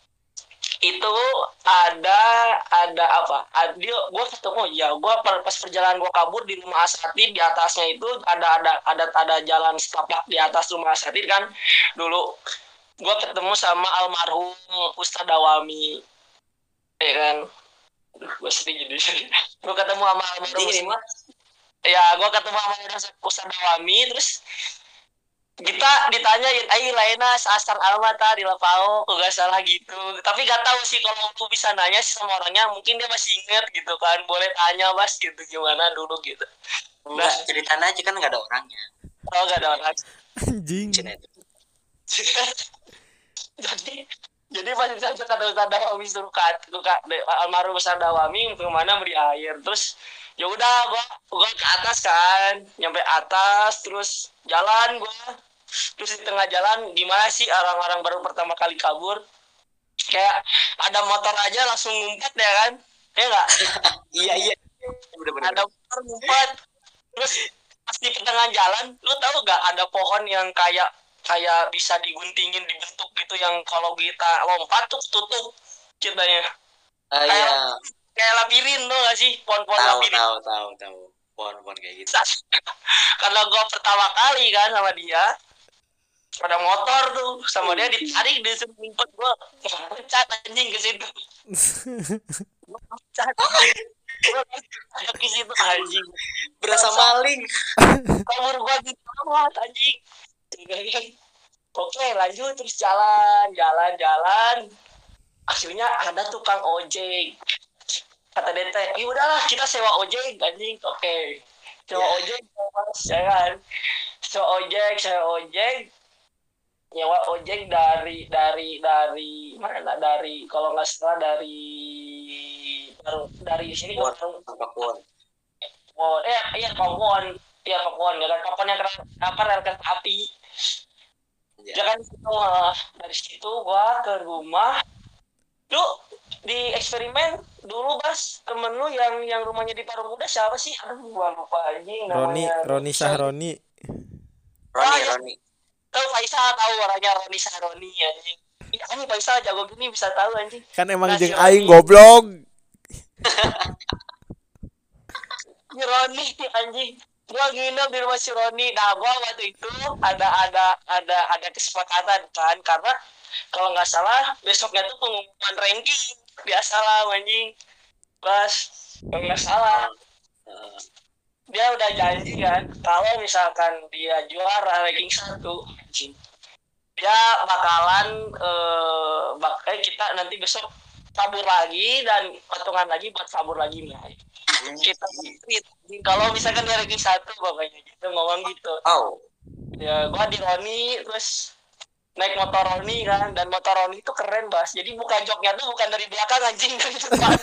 S2: itu ada ada apa? Ada gue ketemu ya, gue pas perjalanan gue kabur di rumah Asatid, di atasnya itu ada ada ada ada jalan setapak di atas rumah Asatid kan. Dulu gue ketemu sama almarhum Ustadz Dawami, ya kan? Gue sedih jadi. Gue ketemu sama almarhum
S3: Ini mah.
S2: Ya, gue ketemu sama Ustadz Dawami, terus kita ditanyain, ayo lainnya seasar almata di Lapao, kok gak salah gitu. Tapi gak tahu sih kalau aku bisa nanya sih sama orangnya, mungkin dia masih inget gitu kan. Boleh tanya Mas gitu gimana dulu gitu.
S3: Nah, ceritain aja kan nggak ada orangnya.
S2: Oh gak ada orang.
S1: Anjing.
S2: jadi jadi pas saya kata Ustadz Dawami suruh kat, almarhum Ustadz Dawami untuk mana beli air, terus ya udah gua gua ke atas kan, nyampe atas terus jalan gua, terus di tengah jalan gimana sih orang-orang baru pertama kali kabur, kayak ada motor aja langsung ngumpet ya kan, ya nggak?
S3: Iya iya. Bener-bener.
S2: Ada motor ngumpet, terus pas di tengah jalan, lu tahu nggak ada pohon yang kayak kayak bisa diguntingin dibentuk gitu, yang kalau kita lompat tuh tutup ceritanya.
S3: Ah
S2: Kayak
S3: iya.
S2: kayak labirin tuh gak sih, pohon-pohon
S3: Tahu
S2: labirin.
S3: tahu tahu tahu. Pohon-pohon kayak gitu.
S2: Karena gue pertama kali kan sama dia, pada motor tuh sama dia ditarik di ngumpet, gue cat anjing ke situ. Cat. Gue ke situ anjing.
S3: Berasa maling.
S2: Kabur gue di amat anjing. Oke lanjut terus jalan jalan jalan. Akhirnya ada tukang ojek. Kata D T, ya udahlah kita sewa ojek anjing. Oke. Okay. Sewa yeah. ojek Mas, ya kan. Sewa ojek, sewa ojek. Nyewa ojek dari dari dari mana? Dari kalau nggak salah dari baru dari sini ke
S3: Pakuwon.
S2: Oh, eh iya Pakuwon. Iya Pakuwon, ya kan. Pakuwon yang kena apa rel kereta api. Ya. Ya kan situ, uh, dari situ gua ke rumah. Lu di eksperimen dulu Bas, temen lu yang yang rumahnya di Parung Kuda siapa sih? Aduh gua lupa anjing
S1: Roni
S2: namanya.
S1: Roni Sahroni.
S3: Roni
S2: Oh, ya.
S3: Roni
S2: Tahu Faisal, tahu orangnya Roni Sahroni anjing. Iya anjing Faisal jago gini bisa tahu anjing.
S1: Kan emang
S2: Nah,
S1: jeung
S2: si
S1: aing
S2: Roni-
S1: goblok.
S2: si Roni anjing. Gua nginep di rumah si Roni. Nah, gua waktu itu ada ada ada ada kesepakatan kan karena kalau nggak salah besoknya tuh pengumuman ranking biasalah anjing. Bas, kalau nggak salah
S3: Eh,
S2: dia udah janji kan kalau misalkan dia juara ranking satu anjing, dia bakalan eh, bak eh, kita nanti besok kabur lagi dan patungan lagi buat kabur lagi nih. Kita treat kalau misalkan dia ranking satu pokoknya gitu ngomong gitu.
S3: oh
S2: Ya gua di Roni terus naik motor Roni kan, dan motor Roni itu keren Bas, jadi buka joknya tuh bukan dari belakang anjing, dari depan.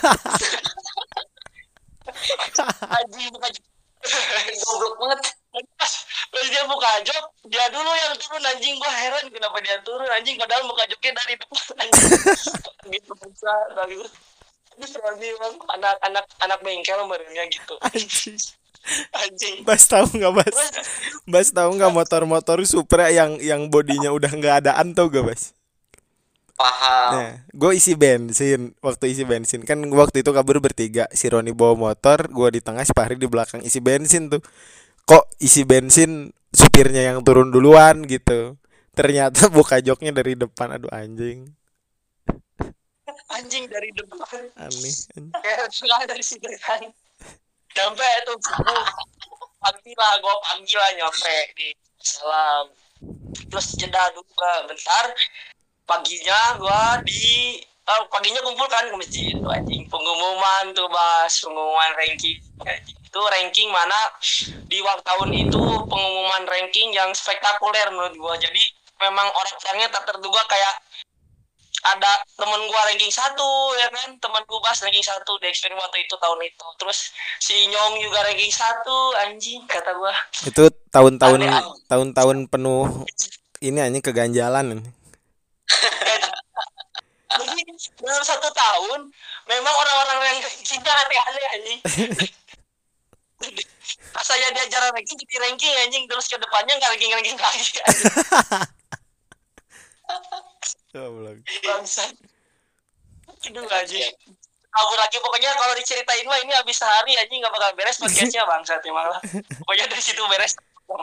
S2: Anjing buka jok.
S3: goblok banget.
S2: Pas, pas dia buka jok, dia dulu yang turun anjing. Gua heran kenapa dia turun anjing, padahal buka joknya dari depan anjing. Gitu bisa dari terus Roni bang, anak-anak anak bengkel merenya gitu.
S1: Anjing.
S2: Anjing.
S1: Bas tahu nggak Bas?
S2: Terus
S1: Bas tahu nggak motor-motor Supra yang yang bodinya udah nggak adaan tau gak Bas?
S3: Paham.
S1: Nah, gue isi bensin. Waktu isi bensin kan waktu itu kabur bertiga. Si Roni bawa motor, gue di tengah, si Fahri di belakang isi bensin tuh. Kok isi bensin supirnya yang turun duluan gitu? Ternyata buka joknya dari depan. Aduh anjing.
S2: anjing dari depan.
S1: Aneh.
S2: Kayak nggak dari situ kan. Sampai itu pagi lah, gue pagi lah nyampe di Salam. Terus jeda dulu lah, bentar. Paginya gue di oh, paginya kumpul kan ke masjid tuh anjing. Pengumuman tuh Bas, pengumuman ranking. Itu ranking mana di waktu tahun itu pengumuman ranking yang spektakuler menurut gue. Jadi memang orang-orangnya tak terduga, kayak ada temen gua ranking satu ya kan, temen gua Bas ranking satu di eksperimen waktu itu tahun itu. Terus si Nyong juga ranking satu anjing kata gua.
S1: Itu tahun-tahun
S2: Aneh,
S1: tahun-tahun penuh ini anjing keganjalan.
S2: Jadi dalam satu tahun memang orang-orang yang rankingnya aneh-aneh anjing. Pas saya diajar ranking jadi ranking anjing, terus ke depannya nggak ranking-ranking lagi anjing.
S1: Goblok.
S2: Bangsat. Itu anjing. Kabur lagi pokoknya, kalau diceritain mah ini habis sehari anjing nggak bakal beres podcastnya bangsat emang lah. Pokoknya dari situ beres.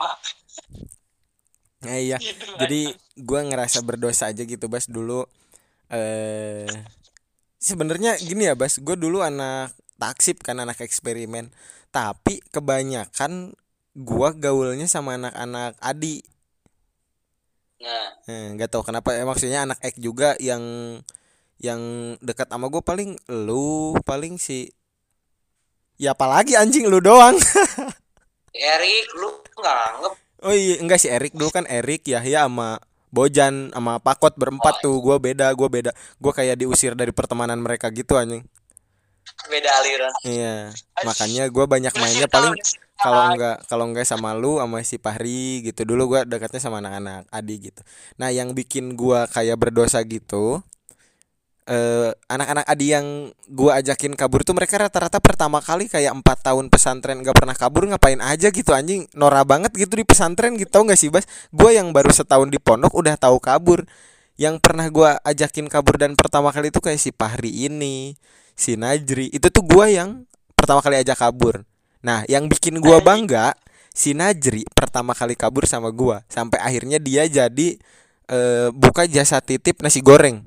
S1: Nah, iya.
S2: Gitu,
S1: Jadi gue ngerasa berdosa aja gitu Bas dulu. Eh sebenarnya gini ya Bas, gue dulu anak taksib kan, anak eksperimen. Tapi kebanyakan gue gaulnya sama anak-anak Adi.
S3: Nah,
S1: Eh, nggak tahu kenapa ya, maksudnya anak ek juga yang yang dekat sama gue paling lu, paling si ya apalagi anjing lu doang.
S3: Erik lu nggak anggap?
S1: Oh iya enggak, si Erik dulu kan, Erik Yahya sama Bojan sama Pakot berempat tuh. Gue beda, gue beda. Gue kayak diusir dari pertemanan mereka gitu anjing.
S3: Beda aliran.
S1: Iya. Makanya gue banyak mainnya paling kalau enggak kalau enggak sama lu sama si Fahri gitu. Dulu gue dekatnya sama anak-anak Adi gitu. Nah, yang bikin gue kayak berdosa gitu, eh, anak-anak Adi yang gue ajakin kabur tuh mereka rata-rata pertama kali kayak empat tahun pesantren gak pernah kabur, ngapain aja gitu anjing. Norak banget gitu di pesantren gitu, tau gak sih Bas? Gue yang baru setahun di pondok udah tahu kabur. Yang pernah gue ajakin kabur dan pertama kali itu kayak si Fahri ini, si Najri. Itu tuh gue yang pertama kali ajak kabur. Nah, yang bikin gue bangga, si Najri pertama kali kabur sama gue, sampai akhirnya dia jadi eh, buka jasa titip nasi goreng.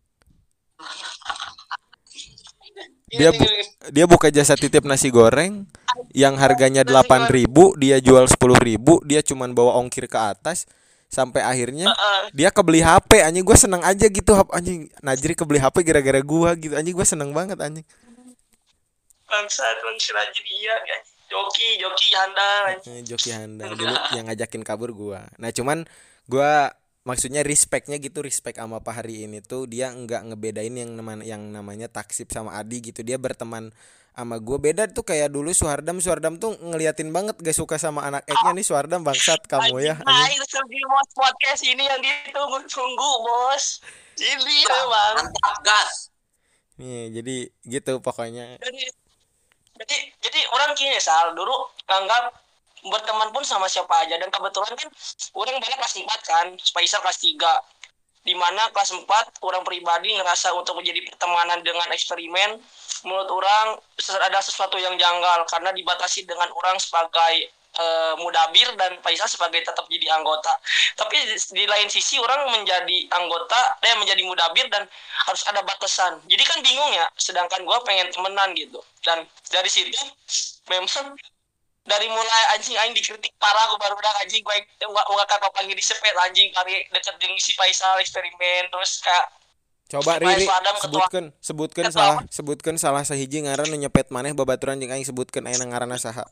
S1: Dia bu dia buka jasa titip nasi goreng yang harganya delapan ribu, dia jual sepuluh ribu, dia cuman bawa ongkir ke atas. Sampai akhirnya dia kebeli H P anjing. Gue seneng aja gitu, anjing Najri kebeli H P gara-gara gue gitu anjing. Gue seneng banget anjing.
S2: Bangsat bangsat aja dia kan. Joki, joki handal.
S1: Joki handal dulu yang ngajakin kabur gua. Nah, cuman gua maksudnya respectnya gitu, respect sama Pak Hari ini tuh dia enggak ngebedain yang namanya yang namanya taksib sama Adi gitu. Dia berteman sama gua. Beda tuh kayak dulu Suhardam, Suhardam tuh ngeliatin banget gak suka sama anak eknya nih. Suhardam bangsat kamu ya.
S2: Nah, itu bos podcast ini yang ditunggu-tunggu, Bos. Ini memang
S3: Mantap gas.
S1: Nih, jadi gitu pokoknya.
S2: Jadi jadi jadi orang kini sal dulu anggap berteman pun sama siapa aja, dan kebetulan kan orang banyak kelas empat kan, Faisal kelas tiga, di mana kelas empat orang pribadi ngerasa untuk menjadi pertemanan dengan eksperimen menurut orang ada sesuatu yang janggal karena dibatasi dengan orang sebagai uh, mudabir dan Faisal sebagai tetap jadi anggota. Tapi di, di lain sisi orang menjadi anggota eh menjadi mudabir dan harus ada batasan. Jadi kan bingung ya, sedangkan gue pengen temenan gitu. Dan dari situ memang dari mulai anjing aing dikritik parah aku baru udah anjing gue nggak kakak panggil disepet anjing kali deket dengan si Faisal eksperimen terus kayak
S1: Coba
S2: si
S1: Riri
S2: Faisal Adam ketua
S1: sebutkan sebutkan
S2: ketua
S1: salah sebutkan salah sahiji ngaran nu nyepet maneh babaturan jeung aing sebutkeun ayeuna ngaranna saha.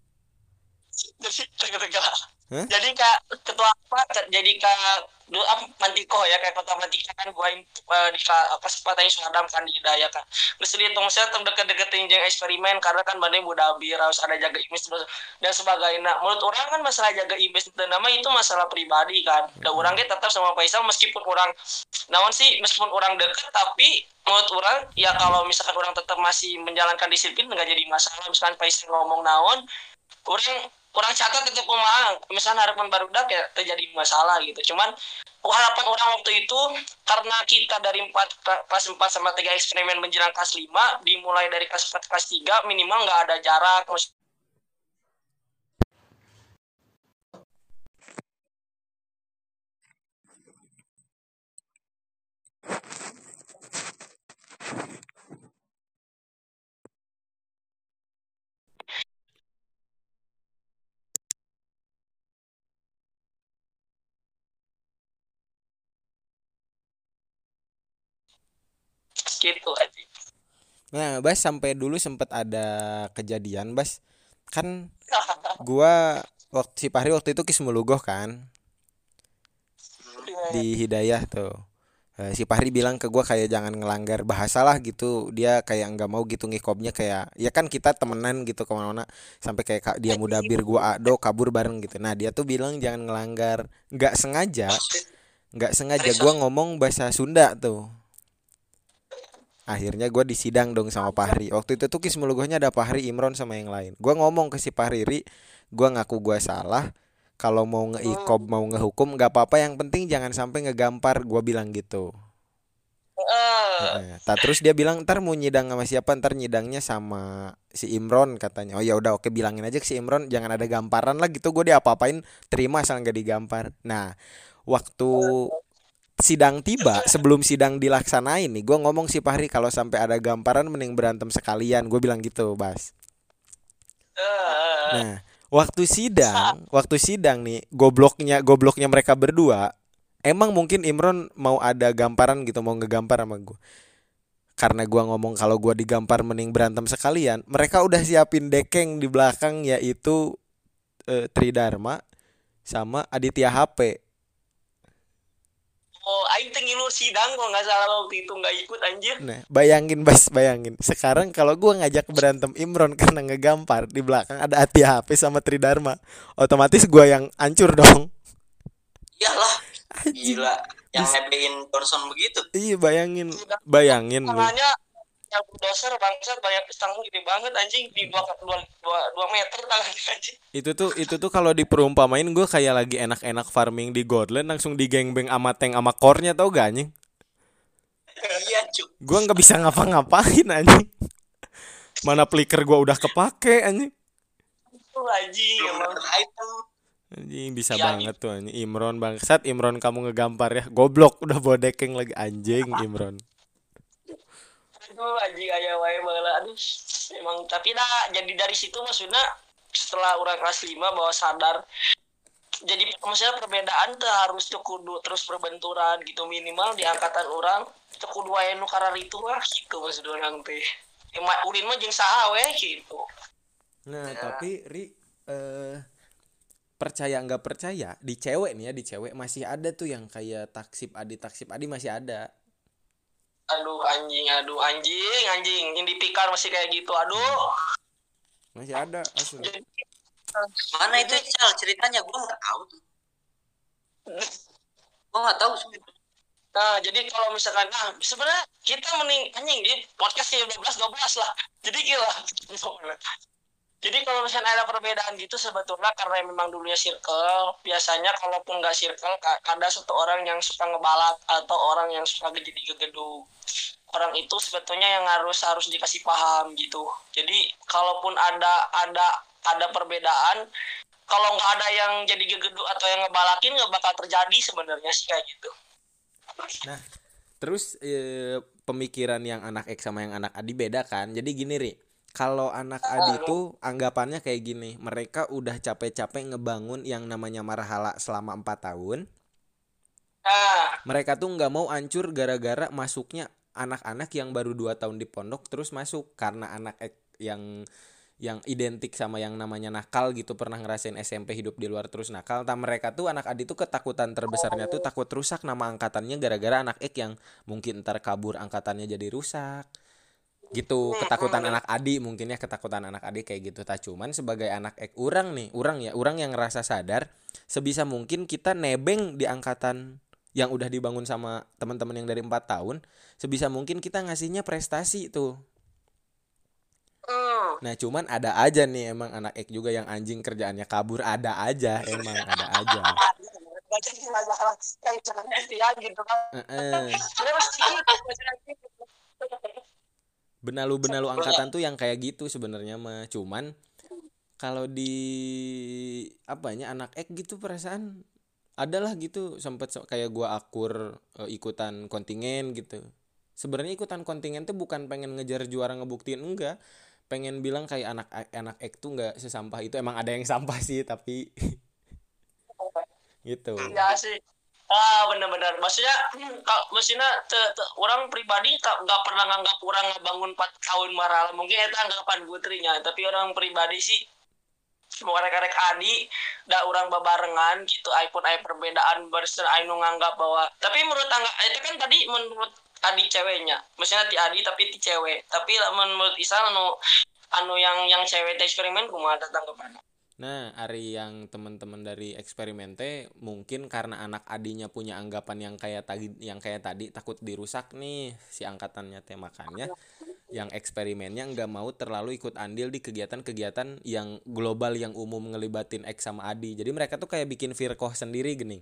S2: jadi tegak
S1: Hah?
S2: jadi kak ketua apa jadi kak dulu apa Mantiko ya kayak kota Mantika kan gue uh, di apa sepatahnya Suadam kan di Hidayah kan terus dihitung saya deket-deketin jeung eksperimen karena kan bandnya mudabir harus ada jaga image dan sebagainya. Menurut orang kan masalah jaga image dan nama itu masalah pribadi kan dan hmm. orang tetap sama Faisal meskipun orang naon sih meskipun orang deket tapi menurut orang ya kalau misalkan orang tetap masih menjalankan disiplin nggak jadi masalah. Misalkan Faisal ngomong naon orang orang catat itu kumaha misalnya harapan barudak ya terjadi masalah gitu. Cuman harapan orang waktu itu karena kita dari empat kelas empat sama tiga eksperimen menjelang kelas lima dimulai dari kelas empat kelas tiga minimal nggak ada jarak. Gitu aja.
S1: Nah, Bas sampai dulu sempat ada kejadian, Bas. Kan gua waktu si Fahri waktu itu Kismulugoh kan di Hidayah tuh. Uh, si Fahri bilang ke gua kayak jangan ngelanggar bahasa lah gitu. Dia kayak nggak mau gitu ngikobnya kayak ya kan kita temenan gitu kemana-mana sampai kayak dia mudabir gua ado kabur bareng gitu. Nah, dia tuh bilang jangan ngelanggar, nggak sengaja. Nggak sengaja gua ngomong bahasa Sunda tuh. Akhirnya gue disidang dong sama Fahri. Waktu itu tuh Kismulugohnya ada Fahri, Imron sama yang lain. Gue ngomong ke si Fahri, Ri, gue ngaku gue salah. Kalau mau ngeikob, mau ngehukum, nggak apa-apa. Yang penting jangan sampai ngegampar. Gue bilang gitu. Nah, terus dia bilang ntar mau nyidang sama siapa? Ntar nyidangnya sama si Imron katanya. Oh ya udah oke bilangin aja ke si Imron jangan ada gamparan lah gitu. Gue dia apa-apain terima asal nggak digampar. Nah waktu sidang tiba sebelum sidang dilaksanain nih gue ngomong si Fahri kalau sampai ada gamparan mending berantem sekalian gue bilang gitu Bas. Nah waktu sidang waktu sidang nih gobloknya gobloknya mereka berdua emang mungkin Imron mau ada gamparan gitu mau ngegampar sama gue karena gue ngomong kalau gue digampar mending berantem sekalian mereka udah siapin dekeng di belakang yaitu eh, Tridharma sama Aditya H P.
S2: Oh, aing teh ngilur sidang kok nggak salah waktu itu nggak ikut anjir.
S1: Nah, bayangin Bas, bayangin. Sekarang kalau gua ngajak berantem Imron karena ngegampar di belakang ada Ati H P sama Tridharma, otomatis gua yang hancur dong.
S3: Iyalah. Gila, yang nebein Thorson begitu.
S1: Iya, bayangin. Bayangin lu.
S2: Tangannya yang doser bangsat banyak tangan gede banget anjing di dua dua dua, dua meter tangannya anjing.
S1: Itu tuh itu tuh kalau diperumpamain gue kayak lagi enak-enak farming di Godland langsung digengbeng ama tank ama core-nya tau gak anjing?
S3: Iya cuk.
S1: Gue nggak bisa ngapa-ngapain anjing. Mana flicker gue udah kepake anjing.
S2: Itu anjing emang
S3: item.
S1: Anjing bisa
S2: ya,
S1: banget tuh anjing. Imron bangsat Imron kamu ngegampar ya. Goblok udah bodekeng lagi anjing Imron.
S2: Aduh anjing aya wae baheula aduh. Emang tapi dah jadi dari situ maksudnya setelah orang kelas lima bahwa sadar jadi maksudnya perbedaan tuh harus kudu terus berbenturan gitu minimal di angkatan orang teu kudu aya nu kararitu lah gitu maksud orang teh. Emang ulin mah jeung saha we gitu.
S1: Nah, ya. Tapi Ri eh percaya nggak percaya di cewek nih ya di cewek masih ada tuh yang kayak taksib adi taksib adi masih ada.
S2: Aduh anjing, aduh anjing, anjing, indipikar masih kayak gitu, aduh.
S1: Masih ada asli.
S2: Jadi,
S3: mana itu Cal ceritanya gue nggak tahu tuh. Gue nggak tahu sebenarnya.
S2: Nah, jadi kalau misalkan, nah sebenarnya kita mending anjing di podcast kayak dua belas dua belas lah. Jadi gila. Jadi kalau misalnya ada perbedaan gitu sebetulnya karena memang dulunya circle, biasanya kalaupun nggak circle ada satu orang yang suka ngebalak atau orang yang suka jadi gegeduk. Orang itu sebetulnya yang harus harus dikasih paham gitu. Jadi kalaupun ada ada ada perbedaan, kalau nggak ada yang jadi gegeduk atau yang ngebalakin nggak bakal terjadi sebenarnya sih kayak gitu.
S1: Nah, terus eh, pemikiran yang anak X sama yang anak Adi beda kan? Jadi gini, Ri. Kalau anak Adi tuh anggapannya kayak gini, mereka udah capek-capek ngebangun yang namanya Marhala selama empat tahun.
S2: Nah,
S1: Mereka tuh nggak mau hancur gara-gara masuknya anak-anak yang baru dua tahun di pondok terus masuk karena anak X yang yang identik sama yang namanya nakal gitu, pernah ngerasain S M P hidup di luar terus nakal. Nah, mereka tuh anak Adi tuh ketakutan terbesarnya tuh takut rusak nama angkatannya gara-gara anak X yang mungkin ntar kabur angkatannya jadi rusak. Gitu, ketakutan anak Adi mungkin ya, ketakutan anak Adi kayak gitu. Tak cuman sebagai anak X urang nih, urang ya, urang yang ngerasa sadar sebisa mungkin kita nebeng di angkatan yang udah dibangun sama teman-teman yang dari empat tahun, sebisa mungkin kita ngasihnya prestasi tuh. Nah cuman ada aja nih emang anak X juga yang anjing kerjaannya kabur, ada aja emang ada aja.
S2: baca masalah kayak jangan ya gitu kan.
S1: Heeh.
S2: Terus gitu.
S1: Benalu-benalu angkatan tuh yang kayak gitu sebenarnya mah. Cuman kalau di apanya anak X gitu perasaan adalah gitu, sempet kayak gua akur e, ikutan kontingen gitu. Sebenarnya ikutan kontingen tuh bukan pengen ngejar juara ngebuktiin, enggak. Pengen bilang kayak anak anak X tuh nggak sesampah itu. Emang ada yang sampah sih tapi gitu.
S2: Iya sih. Ah benar-benar. Maksudnya, kalau maksudnya te, te, orang pribadi nggak pernah nganggap orang ngebangun empat tahun Marhala. Mungkin itu anggapan putrinya. Tapi orang pribadi sih, semua rek-rek Adi, da orang babarengan gitu. Aipun ai perbedaan bersen ainu nganggap bahwa. Tapi menurut angga, itu kan tadi menurut Adi ceweknya. Maksudnya ti Adi tapi ti cewek. Tapi menurut Isa anu anu yang yang cewek eksperimen kumaha tanggapan.
S1: Nah, Ari yang teman-teman dari eksperimen teh mungkin karena anak Adinya punya anggapan yang kayak tadi yang kayak tadi takut dirusak nih si angkatannya teh, makanya yang eksperimennya nggak mau terlalu ikut andil di kegiatan-kegiatan yang global yang umum ngelibatin X sama Adi. Jadi mereka tuh kayak bikin firqoh sendiri gening.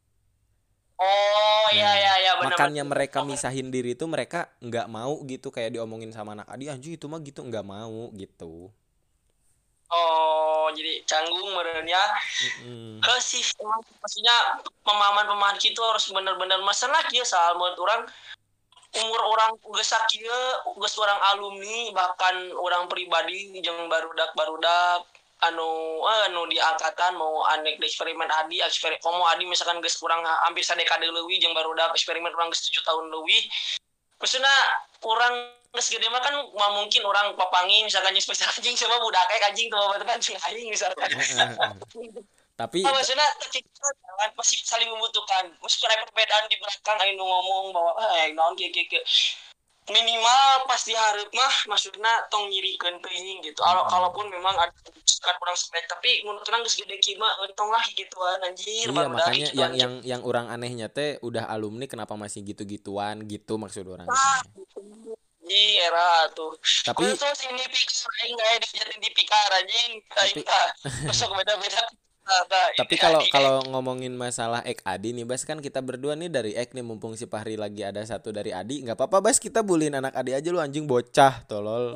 S2: Oh iya
S1: Nah,
S2: iya iya benar.
S1: makanya mereka misahin diri tuh mereka nggak mau gitu kayak diomongin sama anak Adi, anjir itu mah gitu, nggak mau gitu.
S2: Oh, jadi canggung merenya.
S1: Mm-mm.
S2: Ke sih emang maksudnya pemahaman-pemahaman gitu harus bener-bener masalah kieu soal menurut orang umur orang geus sakieu geus orang alumni bahkan orang pribadi jeung barudak-barudak anu eh, anu di angkatan mau anek di eksperimen Adi eksperimen komo Adi misalkan geus kurang hampir sadekade leuwih jeung barudak eksperimen orang geus tujuh tahun leuwih. Maksudnya orang geus gede mah kan mungkin orang papangi misalkan jeung spesial anjing sama budak kayak anjing tuh bapak kan jeung aing misalkan.
S1: Tapi
S2: nah, maksudnya ketika masih saling membutuhkan meskipun ada perbedaan di belakang aing ngomong bahwa eh naon kieu kieu minimal pas dihareup mah maksudna tong nyirikeun teuing gitu. Kalau kalaupun memang ada sekat kurang spek tapi menurut urang geus gede kieu mah untung lah gituan anjir.
S1: iya makanya gitu, yang yang yang orang anehnya teh udah alumni kenapa masih gitu-gituan gitu maksud orang.
S2: Ah, Iya era tuh.
S1: Tapi
S2: itu sini pikir aing enggak ada jadi di pikir anjing. Aing besok beda-beda.
S1: Tapi kalau kalau ngomongin masalah Ek Adi nih Bas, kan kita berdua nih dari Ek nih, mumpung si Fahri lagi ada satu dari Adi, nggak apa-apa Bas kita bullying anak Adi aja, lu anjing bocah tolol.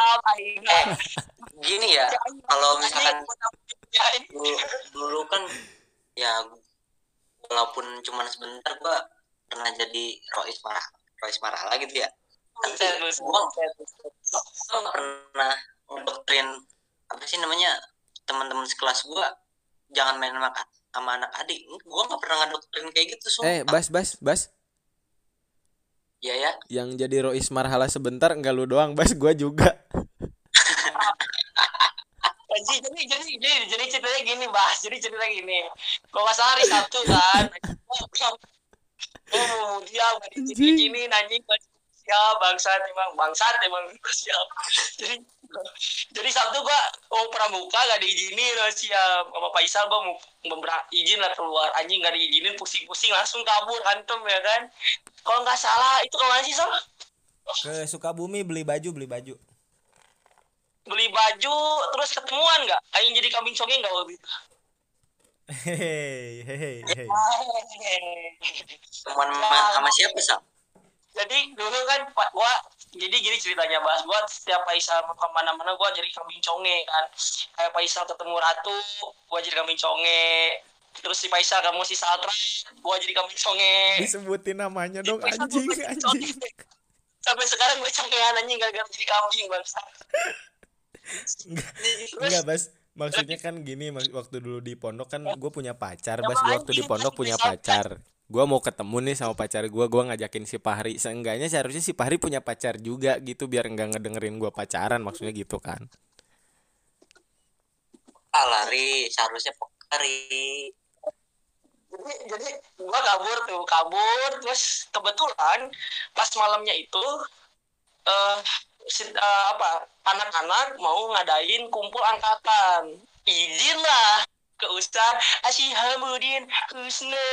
S3: Gini ya, kalau misalkan dulu, dulu kan ya walaupun cuma sebentar gua pernah jadi Rois Marah Rois Marhala gitu ya. Tapi gua gua pernah ngedoktrin apa sih namanya teman-teman sekelas gua jangan main sama, sama anak adik. Gue gak pernah ngedoktrin kayak gitu sumpah.
S1: Eh Bas Bas Bas
S3: Iya ya.
S1: Yang jadi Rois Marhala sebentar enggak lu doang Bas, gue juga.
S2: jadi jadi jadi jadi jadi ceritanya gini Bas, jadi cerita gini. Kalau nggak salah hari Sabtu kan, oh dia jadi gini nanyi siap bangsat emang bangsat emang siap. Jadi jadi Sabtu gua oh pramuka gak diizinin siap sama Faisal, gua mau memberi izin lah keluar, anjing gak diizinin pusing-pusing langsung kabur hantem ya kan. Kalau nggak salah itu kemana sih Sam?
S1: Ke Sukabumi beli baju beli baju.
S2: Beli baju terus ketemuan nggak? Aing jadi kambing conge nggak waktu itu?
S1: Hehehe hehehe.
S3: Teman sama siapa Sam?
S2: Jadi dulu kan Pak gua jadi gini ceritanya Bas, gua setiap Faisal mau kemana-mana gua jadi kambing conge kan. Kayak Faisal ketemu Ratu, gua jadi kambing conge. Terus si Faisal kamu si Satra, gua jadi kambing conge.
S1: Disebutin namanya dong
S2: Faisal
S1: anjing
S2: gua jadi
S1: anjing.
S2: conge. Sampai sekarang gue congean anjing gara-gara jadi kambing Bas.
S1: Enggak,
S2: Terus
S1: enggak Bas. Maksudnya kan gini, mak- waktu dulu di pondok kan gue punya pacar, Bas.
S2: Emang
S1: Gua waktu di
S2: anjing,
S1: pondok
S2: anjing,
S1: punya
S2: Faisal.
S1: pacar. Gua mau ketemu nih sama pacar gua, gua ngajakin si Fahri. Seenggaknya seharusnya si Fahri punya pacar juga gitu biar enggak ngedengerin gua pacaran, maksudnya gitu kan.
S3: Ah, lari, seharusnya Pokari.
S2: jadi jadi gua kabur tuh kabur terus kebetulan pas malamnya itu eh si- eh, apa anak-anak mau ngadain kumpul angkatan, izin lah ke Ustaz Asyihamuddin Husna.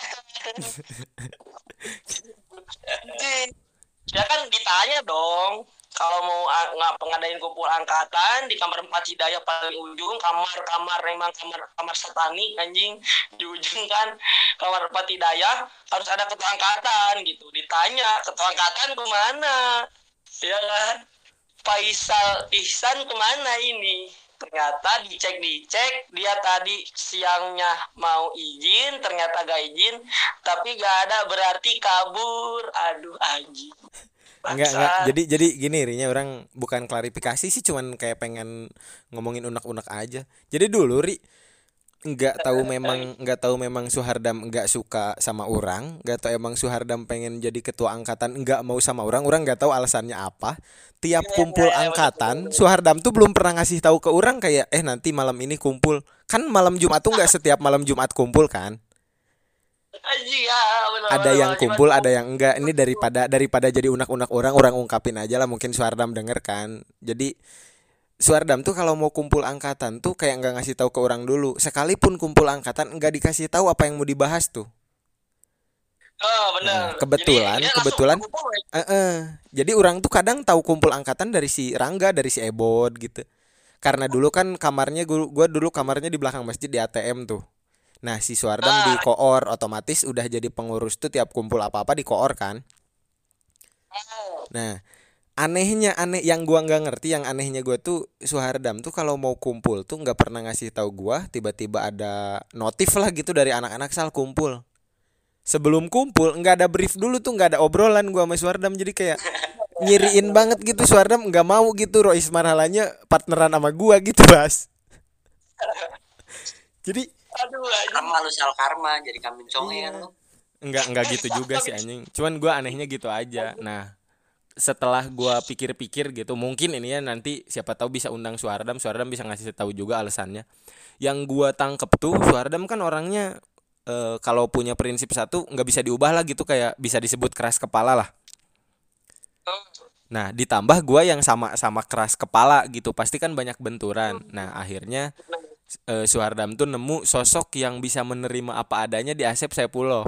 S2: Ya kan ditanya dong kalau mau a- nggak ngadain kumpul angkatan di kamar empat hidayah paling ujung, kamar-kamar emang kamar kamar satani anjing di ujung kan, kamar empat hidayah harus ada ketua angkatan gitu. Ditanya ketua angkatan kemana, ya kan, Faisal Ihsan kemana ini, ternyata dicek-dicek dia tadi siangnya mau izin ternyata gak izin, tapi gak ada berarti kabur. Aduh anjing.
S1: Enggak, enggak. Jadi jadi gini Rinya, orang bukan klarifikasi sih, cuman kayak pengen ngomongin unek-unek aja. Jadi dulu Ri nggak tahu memang nggak tahu memang Suhardam nggak suka sama orang, nggak tahu emang Suhardam pengen jadi ketua angkatan nggak mau sama orang, orang nggak tahu alasannya apa. Tiap kumpul angkatan Suhardam tuh belum pernah ngasih tahu ke orang kayak eh nanti malam ini kumpul. Kan malam Jumat tuh nggak setiap malam Jumat kumpul kan.
S2: Anjing ya, bener,
S1: Ada
S2: bener,
S1: yang
S2: bener.
S1: kumpul, ada yang enggak. Ini daripada daripada jadi unak-unak orang, orang ungkapin aja lah, mungkin Suhardam denger kan. Jadi Suhardam tuh kalau mau kumpul angkatan tuh kayak nggak ngasih tahu ke orang dulu. Sekalipun kumpul angkatan nggak dikasih tahu apa yang mau dibahas tuh.
S2: Oh, bener.
S1: Nah, kebetulan,
S2: Jadi, dia
S1: kebetulan,
S2: langsung kumpul, ya.
S1: eh, eh. Jadi orang tuh kadang tahu kumpul angkatan dari si Rangga, dari si Ebot gitu. Karena dulu kan kamarnya gua, gua dulu kamarnya di belakang masjid di A T M tuh. Nah si Suhardam di
S2: Ah,
S1: koor, otomatis udah jadi pengurus tuh tiap kumpul apa-apa di koor kan.
S2: ah.
S1: Nah anehnya aneh yang gua nggak ngerti, yang anehnya gua tuh Suhardam tuh kalau mau kumpul tuh nggak pernah ngasih tahu gua, tiba-tiba ada notif lah gitu dari anak-anak sal kumpul. Sebelum kumpul nggak ada brief dulu tuh, nggak ada obrolan gua sama Suhardam, jadi kayak nyiriin banget gitu. Suhardam nggak mau gitu Rois Marhalanya partneran sama gua gitu Bas. Jadi
S2: Aduh anjing.
S3: Karma lu sal karma jadi kambing conge kan lu.
S1: enggak enggak gitu juga sih anjing. Cuman gua anehnya gitu aja. Nah, setelah gua pikir-pikir gitu, mungkin ini ya nanti siapa tahu bisa undang Suhardam, Suhardam bisa ngasih tahu juga alasannya. Yang gua tangkep tuh Suhardam kan orangnya eh, kalau punya prinsip satu nggak bisa diubah lah gitu, kayak bisa disebut keras kepala lah. Nah, ditambah gua yang sama-sama keras kepala gitu, pasti kan banyak benturan. Nah, akhirnya eh, Suhardam tuh nemu sosok yang bisa menerima apa adanya di Asep Saipullah.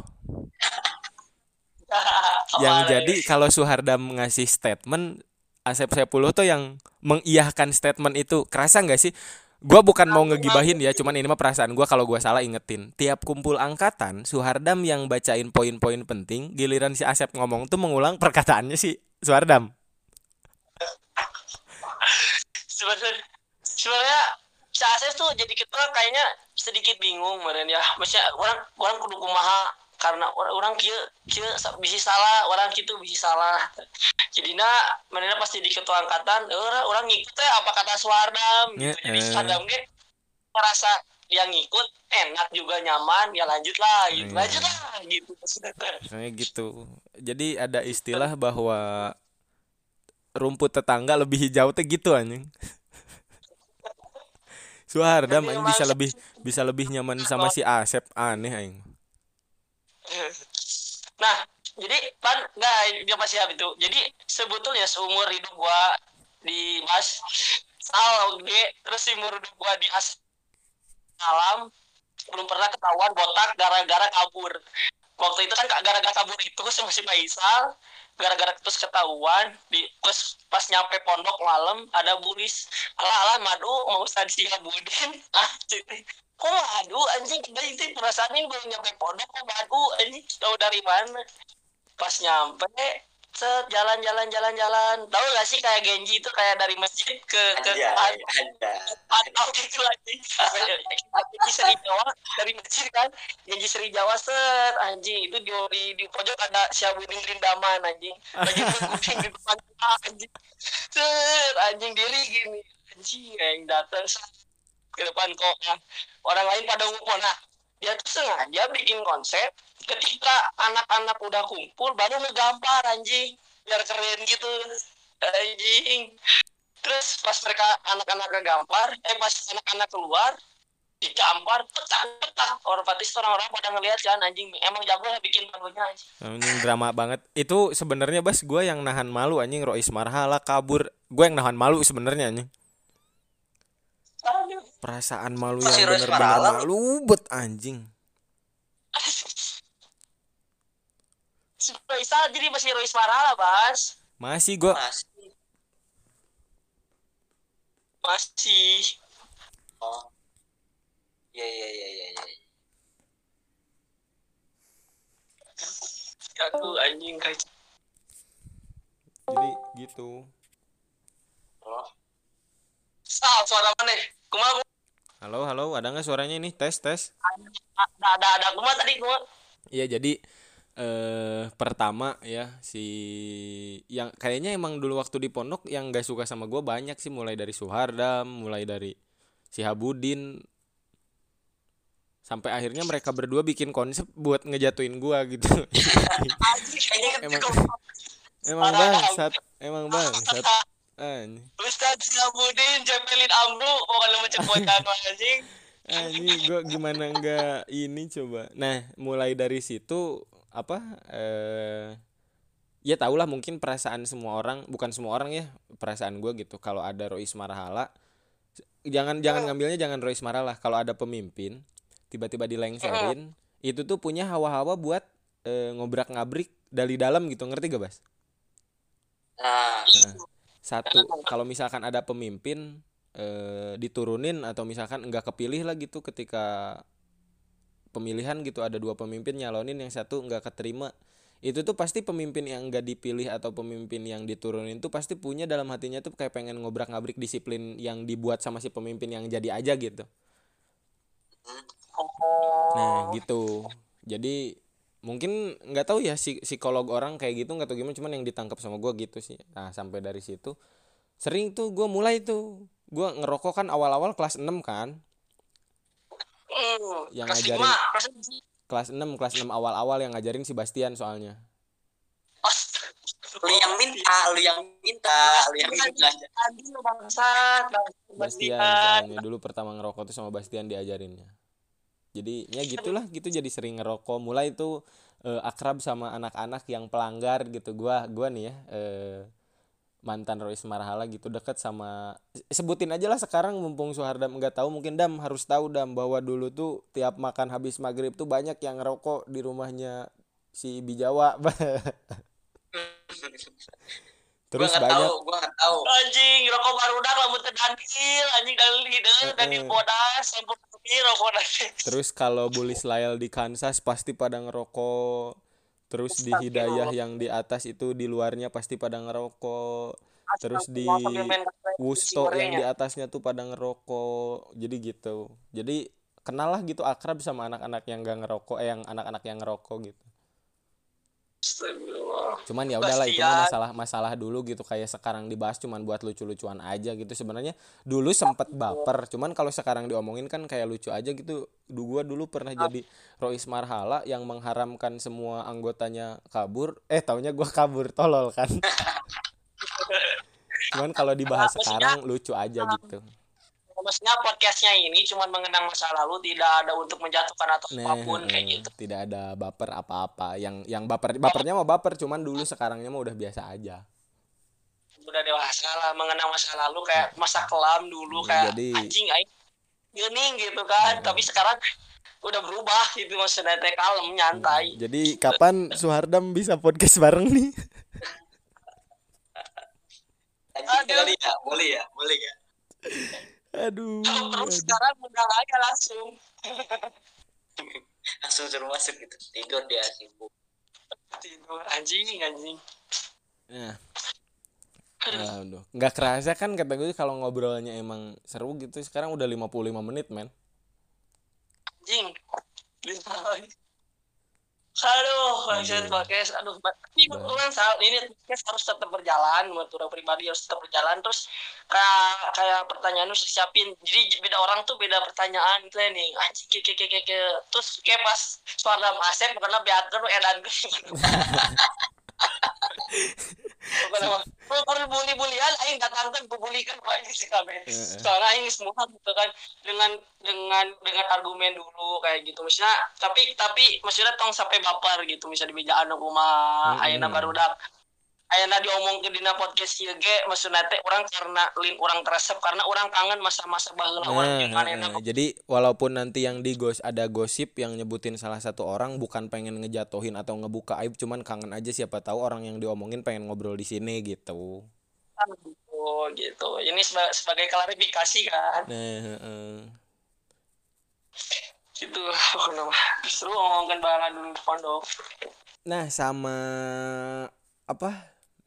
S1: Yang
S2: Kemarin.
S1: jadi kalau Suhardam ngasih statement, Asep Saipullah tuh yang mengiyahkan statement itu. Kerasa nggak sih? Gua bukan mau ngegibahin ya, cuman ini mah perasaan gua, kalau gua salah ingetin. Tiap kumpul angkatan, Suhardam yang bacain poin-poin penting, giliran si Asep ngomong tuh mengulang perkataannya si Suhardam.
S2: Sebenarnya sebenarnya si Ases tuh jadi ketua kayaknya sedikit bingung kemarin ya. Maksudnya orang orang kudu kumaha karena orang orang kieu kieu bisa salah, orang kitu bisa salah. Jadinya manehna pas jadi ketua angkatan, orang orang ngikut teh apa kata Suhardam gitu. Jadi
S1: Heeh.
S2: Suhardam ge ngerasa yang ngikut enak juga nyaman, ya lanjut lah gitu.
S1: Iya.
S2: Lanjut lah gitu.
S1: Misalnya gitu. Jadi ada istilah bahwa rumput tetangga lebih hijau tuh gitu anjing. Suhardam anjing bisa lebih bisa lebih nyaman sama si Asep, aneh aing.
S2: Nah, jadi kan nggak dia masih itu. Jadi sebetulnya seumur hidup gua di Mas Sal oke, terus seumur hidup gua di As alam belum pernah ketahuan botak gara-gara kabur. waktu itu kan gara-gara kabur itu sama si Faisal, gara-gara terus ketahuan di pas, pas nyampe pondok malam ada buris ala ala madu mau Ustadz Sihabudin ah citi kok madu anjing dari itu perasaannya baru nyampe pondok kok madu anjing tahu dari mana pas nyampe set jalan-jalan jalan-jalan tahu gak sih kayak Genji itu kayak dari masjid ke ke atau gitu lagi Genji Seri Jawa dari masjid kan Genji Seri Jawa set anjing itu di di, di pojok ada Syabudin Lindaman anjing lagi kucing di depan anjing set anjing diri gini anjing yang datang ke depan kok nah, orang lain pada ngumpul nah dia tuh sengaja bikin konsep ketika anak-anak udah kumpul baru ngegambar anjing biar keren gitu anjing terus pas mereka anak-anak ngegambar eh pas anak-anak keluar digambar petak-petak orang patis orang-orang pada ngeliat kan anjing emang jago lah bikin malunya anjing
S1: anjing drama banget itu sebenarnya Bas gue yang nahan malu anjing Rois Marhala kabur gue yang nahan malu sebenarnya anjing perasaan malu yang bener-bener malu bet anjing
S2: si Faisal jadi masih Rois Marhala Bas
S1: masih gue
S3: masih
S2: masih
S3: oh ya ya ya ya ya
S2: aku anjing kayak
S1: jadi gitu
S3: oh
S2: ah suara mana kumaha
S1: halo halo ada nggak suaranya ini tes tes
S2: ada ada ada kumaha tadi kumaha
S1: iya jadi eh pertama ya si yang kayaknya emang dulu waktu di pondok yang gak suka sama gue banyak sih mulai dari Suhardam mulai dari Sihabudin sampai akhirnya mereka berdua bikin konsep buat ngejatuhin gue gitu emang emang bangsat emang bangsat anjing
S2: Ustadz Sihabudin Jepelin Amru bukan macam bocah anjing
S1: anjing gue gimana enggak ini coba nah mulai dari situ apa eh ya tahulah mungkin perasaan semua orang bukan semua orang ya perasaan gue gitu kalau ada Rois Marhala jangan jangan ngambilnya jangan Rois Marhala kalau ada pemimpin tiba-tiba dilengserin itu tuh punya hawa-hawa buat eh, ngobrak-ngabrik dari dalam gitu ngerti gak Bas?
S3: nah
S1: satu kalau misalkan ada pemimpin eh, diturunin atau misalkan enggak kepilih lah gitu ketika pemilihan gitu ada dua pemimpin nyalonin yang satu enggak keterima itu tuh pasti pemimpin yang enggak dipilih atau pemimpin yang diturunin tuh pasti punya dalam hatinya tuh kayak pengen ngobrak-ngabrik disiplin yang dibuat sama si pemimpin yang jadi aja gitu. Nah gitu jadi mungkin nggak tahu ya si psikolog orang kayak gitu nggak tahu gimana cuman yang ditangkap sama gue gitu sih. Nah sampai dari situ sering tuh gue mulai tuh gue ngerokok kan awal-awal kelas enam kan
S2: Hmm,
S1: yang
S2: kelas
S1: ngajarin
S2: lima, kelas
S1: kelas enam kelas enam awal-awal yang ngajarin si Bastian soalnya.
S3: lu yang minta lu yang minta lu yang minta
S2: Tadi lu bangsat,
S1: Bastian soalnya dulu pertama ngerokok tuh sama Bastian diajarinnya. Jadi ya gitulah gitu jadi sering ngerokok mulai tuh eh, akrab sama anak-anak yang pelanggar gitu gua gua nih ya eh, mantan Rois Marhala gitu deket sama sebutin aja lah sekarang mumpung Suhardam nggak tahu mungkin Dam harus tahu Dam bahwa dulu tuh tiap makan habis maghrib tuh banyak yang ngerokok di rumahnya si Bijawa. Terus
S3: gua
S1: banyak
S3: tahu, gua nggak tahu
S2: anjing rokok barudak lamun teu dandil anjing dalil deui dandil bodas sampun pieu rokok nanti.
S1: terus kalau Bulis Lael di Kansas pasti pada ngerokok. Terus di Hidayah yang di atas itu di luarnya pasti pada ngerokok. Terus di Wusto yang di atasnya tuh pada ngerokok. Jadi gitu. Jadi kenal lah gitu akrab sama anak-anak yang gak ngerokok, eh yang anak-anak yang ngerokok gitu. Cuman ya udahlah itu mah masalah masalah dulu gitu kayak sekarang dibahas cuman buat lucu-lucuan aja gitu. Sebenarnya dulu sempet baper, cuman kalau sekarang diomongin kan kayak lucu aja gitu. Gua dulu pernah jadi Rois Marhala yang mengharamkan semua anggotanya kabur. Eh taunya gua kabur tolol kan. Cuman kalau dibahas sekarang lucu aja gitu.
S2: Maksudnya podcastnya ini cuma mengenang masa lalu, tidak ada untuk menjatuhkan atau
S1: Nah,
S2: apapun kayak
S1: eh,
S2: gitu.
S1: tidak ada baper apa-apa. Yang yang baper bapernya mah baper, cuman dulu sekarangnya mah udah biasa aja.
S2: Udah dewasa lah, mengenang masa lalu kayak masa kelam dulu
S1: Ya,
S2: kayak
S1: jadi-
S2: anjing aing geuning gitu kan.
S1: Hmm.
S2: Tapi sekarang udah berubah gitu maksudnya teh kalem nyantai.
S1: Jadi kapan Suhardam bisa podcast bareng nih?
S3: Anjing kali ya, boleh ya, boleh ya.
S1: Aduh.
S2: Terus
S1: aduh.
S2: sekarang udah aja langsung.
S3: Langsung suruh masuk gitu. Tidur dia sibuk.
S2: Tidur anjing anjing.
S1: Nah. Aduh. Nggak kerasa kan kata gue kalau ngobrolnya emang seru gitu. Sekarang udah lima puluh lima menit, men.
S2: Anjing. Aduh, maksud podcast, aduh, tapi orang saat ini podcast harus tetap berjalan, menurut orang pribadi harus tetap berjalan. Terus kayak kayak pertanyaan lu siapin, jadi beda orang tuh beda pertanyaan gitu ya nih, anjing kayak kayak kayak kayak, terus kayak pas suara Asep karena beaker edan gue. Kalau bully-bulian, aing datang kan bubulikan kok ini sih kabeh. Soalnya aing semua gitu kan dengan dengan dengan argumen dulu kayak gitu. Maksudnya tapi tapi maksudnya tong sampai baper gitu misalnya di bejaan kumaha ayeuna barudak. Ayeuna diomong ke dina podcast ieu ge maksudna teh urang karena lin urang teresep karena urang kangen masa-masa baheula urang jeung manehna.
S1: Jadi walaupun nanti yang di gos ada gosip yang nyebutin salah satu orang bukan pengen ngejatuhin atau ngebuka aib, cuman kangen aja siapa tahu orang yang diomongin pengen ngobrol di sini gitu.
S2: Oh gitu. Ini seba- sebagai klarifikasi kan.
S1: Nah, heeh.
S2: Gitu. Kenapa? Justru ngomongin bahan dulu di pondok.
S1: Nah, sama apa?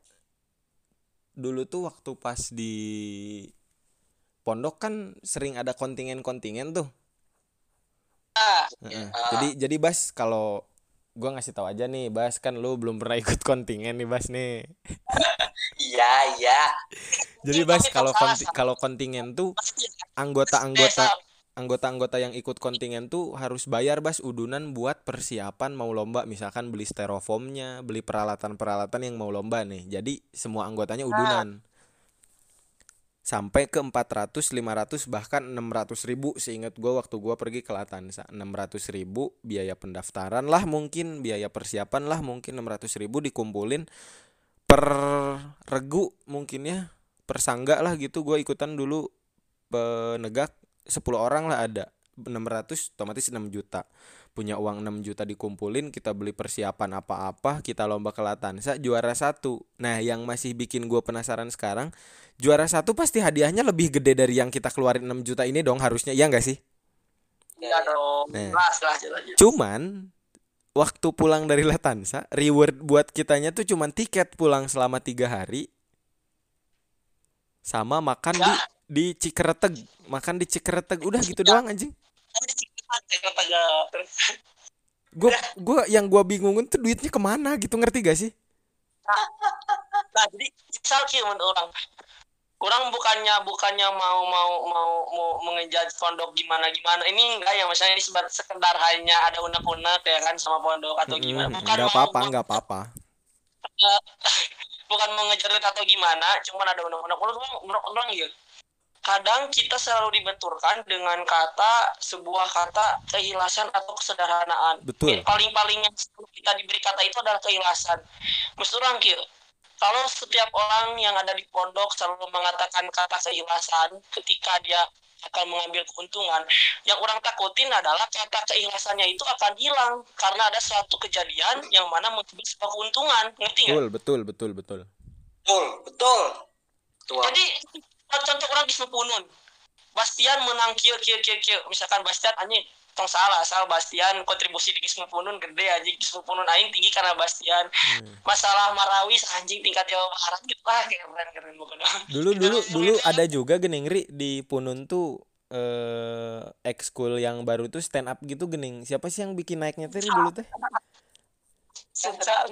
S1: Dulu tuh waktu pas di pondok kan sering ada kontingen-kontingen tuh.
S2: Ah,
S1: Heeh. Jadi jadi Bas, kalau gua ngasih tahu aja nih, Bas, kan lu belum pernah ikut kontingen nih, Bas nih.
S3: Iya, iya.
S1: Jadi Bas, kalau konti, kalau kontingen tuh anggota-anggota anggota-anggota yang ikut kontingen tuh harus bayar Bas udunan buat persiapan mau lomba, misalkan beli styrofoamnya, beli peralatan-peralatan yang mau lomba nih. Jadi semua anggotanya udunan. Sampai ke empat ratus, lima ratus, bahkan enam ratus ribu seingat gue waktu gue pergi ke Latansa. enam ratus ribu biaya pendaftaran lah mungkin, biaya persiapan lah mungkin, enam ratus ribu dikumpulin per regu mungkin ya, per sangga lah gitu. Gue ikutan dulu penegak sepuluh orang lah ada, enam ratus otomatis enam juta. Punya uang enam juta dikumpulin, kita beli persiapan apa-apa, kita lomba ke Latansa, juara satu. Nah yang masih bikin gue penasaran sekarang, juara satu pasti hadiahnya lebih gede dari yang kita keluarin enam juta ini dong harusnya, iya gak sih?
S2: Iya dong.
S1: Nah.
S2: Jelas, jelas, jelas.
S1: Cuman waktu pulang dari Latansa, reward buat kitanya tuh cuman tiket pulang selama tiga hari sama makan ya. di di Cikereteg, makan di Cikereteg, udah gitu ya. Doang anjing. Gue gue yang gue bingungin tuh duitnya kemana gitu, ngerti gak sih?
S2: Nah jadi misal kieu orang orang bukannya bukannya mau mau mau mau mengejat pondok gimana gimana, ini enggak ya, misalnya ini sekedar hanya ada unek-unek ya kan sama pondok atau gimana, bukan
S1: nggak apa-apa nggak apa-apa
S2: bukan mengejar atau gimana, cuman ada unek-unek orang orang ya. Kadang kita selalu dibenturkan dengan kata sebuah kata keikhlasan atau kesederhanaan.
S1: Betul.
S2: Paling-paling yang kita diberi kata itu adalah keikhlasan. Mesti orang kieu. Kalau setiap orang yang ada di pondok selalu mengatakan kata keikhlasan ketika dia akan mengambil keuntungan, yang orang takutin adalah kata keikhlasannya itu akan hilang karena ada suatu kejadian yang mana mengambil sebuah keuntungan. Ngerti nggak?
S1: Betul, betul, betul, betul.
S3: Betul, betul. Betul.
S2: Jadi contoh orang di Sepunun, Bastian menang kieu kieu kieu kieu, misalkan Bastian anjing tong salah asal Bastian kontribusi di Sepunun gede anjing, di Sepunun aing tinggi karena Bastian. Hmm. Masalah Marawis anjing tingkat Jawa Barat gitu lah, keren keren bukan.
S1: Dulu dulu dulu ada juga gening ri di Punun tuh eh ekskul yang baru tuh stand up gitu gening. Siapa sih yang bikin naiknya teh dulu teh?
S2: Sejak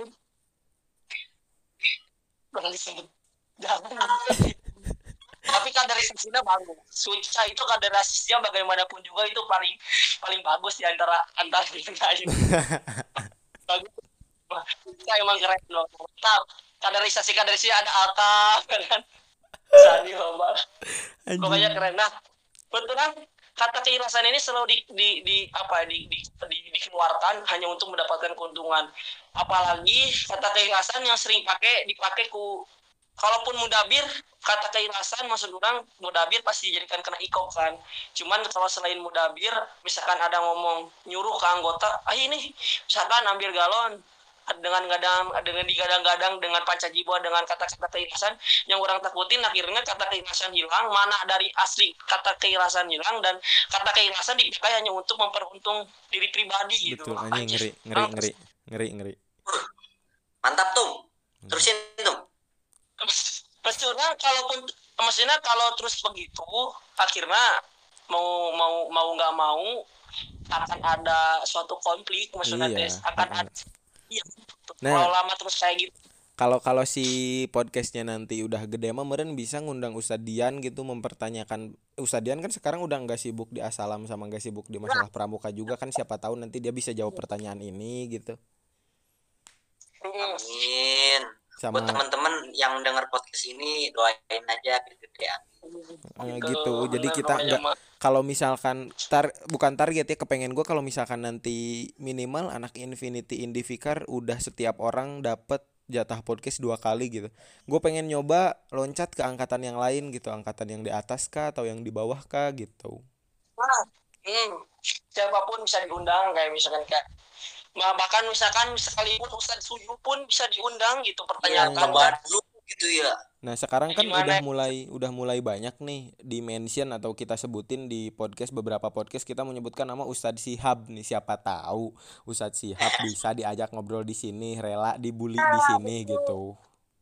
S2: jangan. Tapi kaderisasinya bagus. Suica itu kaderisasinya bagaimanapun juga itu paling paling bagus di antara antara yang lain. Bagus. Suica emang keren loh. Nah, kaderisasi kaderisasi ada Alka kan. Sani loba. Pokoknya keren. Nah, betulan kata keikhlasan ini selalu di, di, di apa di, di, di dikeluarkan hanya untuk mendapatkan keuntungan. Apalagi kata keikhlasan yang sering pakai dipakai ku kalaupun mudabir kata keikhlasan maksud orang mudabir pasti dijadikan kena ikop kan. Cuman kalau selain mudabir misalkan ada ngomong nyuruh ke anggota, ah ini misalkan ambil galon dengan gadang dengan digadang-gadang dengan pancajiwa dengan kata-kata keikhlasan, yang orang takutin akhirnya kata keikhlasan hilang, mana dari asli kata keikhlasan hilang dan kata keikhlasan dipakai hanya untuk memperuntung diri pribadi gitu.
S1: Betul, anjing ngeri ngeri ngeri ngeri ngeri.
S3: Mantap tuh. Terusin tuh.
S2: Maksudnya kalaupun maksudnya kalau terus begitu akhirnya mau mau mau nggak mau akan ada suatu konflik maksudnya
S1: Iya,
S2: tes akan
S1: uh-uh.
S2: ada iya
S1: Nah,
S2: kalau lama terus kayak gitu.
S1: Kalau kalau si podcastnya nanti udah gede mah meren bisa ngundang Ustadz Dian gitu mempertanyakan. Ustadz Dian kan sekarang udah nggak sibuk di Asalam sama nggak sibuk di masalah pramuka juga kan, siapa tahu nanti dia bisa jawab pertanyaan ini gitu.
S3: Amin.
S1: Sama
S3: buat teman-teman yang dengar podcast ini doain aja gede ya.
S1: Uh, gitu jadi kita nggak, kalau misalkan tar bukan target ya, kepengen gue kalau misalkan nanti minimal anak Infinity Indivikar udah setiap orang dapat jatah podcast dua kali gitu. Gue pengen nyoba loncat ke angkatan yang lain gitu, angkatan yang di atas kah atau yang di bawah kah gitu.
S2: Nah, hmm, siapapun bisa diundang kayak misalkan kayak bahkan misalkan sekalipun Ustadz Suyu pun bisa diundang gitu pertanyaan
S3: ya, Bandung gitu ya.
S1: Nah sekarang kan
S2: Gimana?
S1: udah mulai udah mulai banyak nih di mention atau kita sebutin di podcast, beberapa podcast kita menyebutkan nama Ustadz Shihab nih, siapa tahu Ustadz Shihab bisa diajak ngobrol di sini, rela dibully di sini gitu.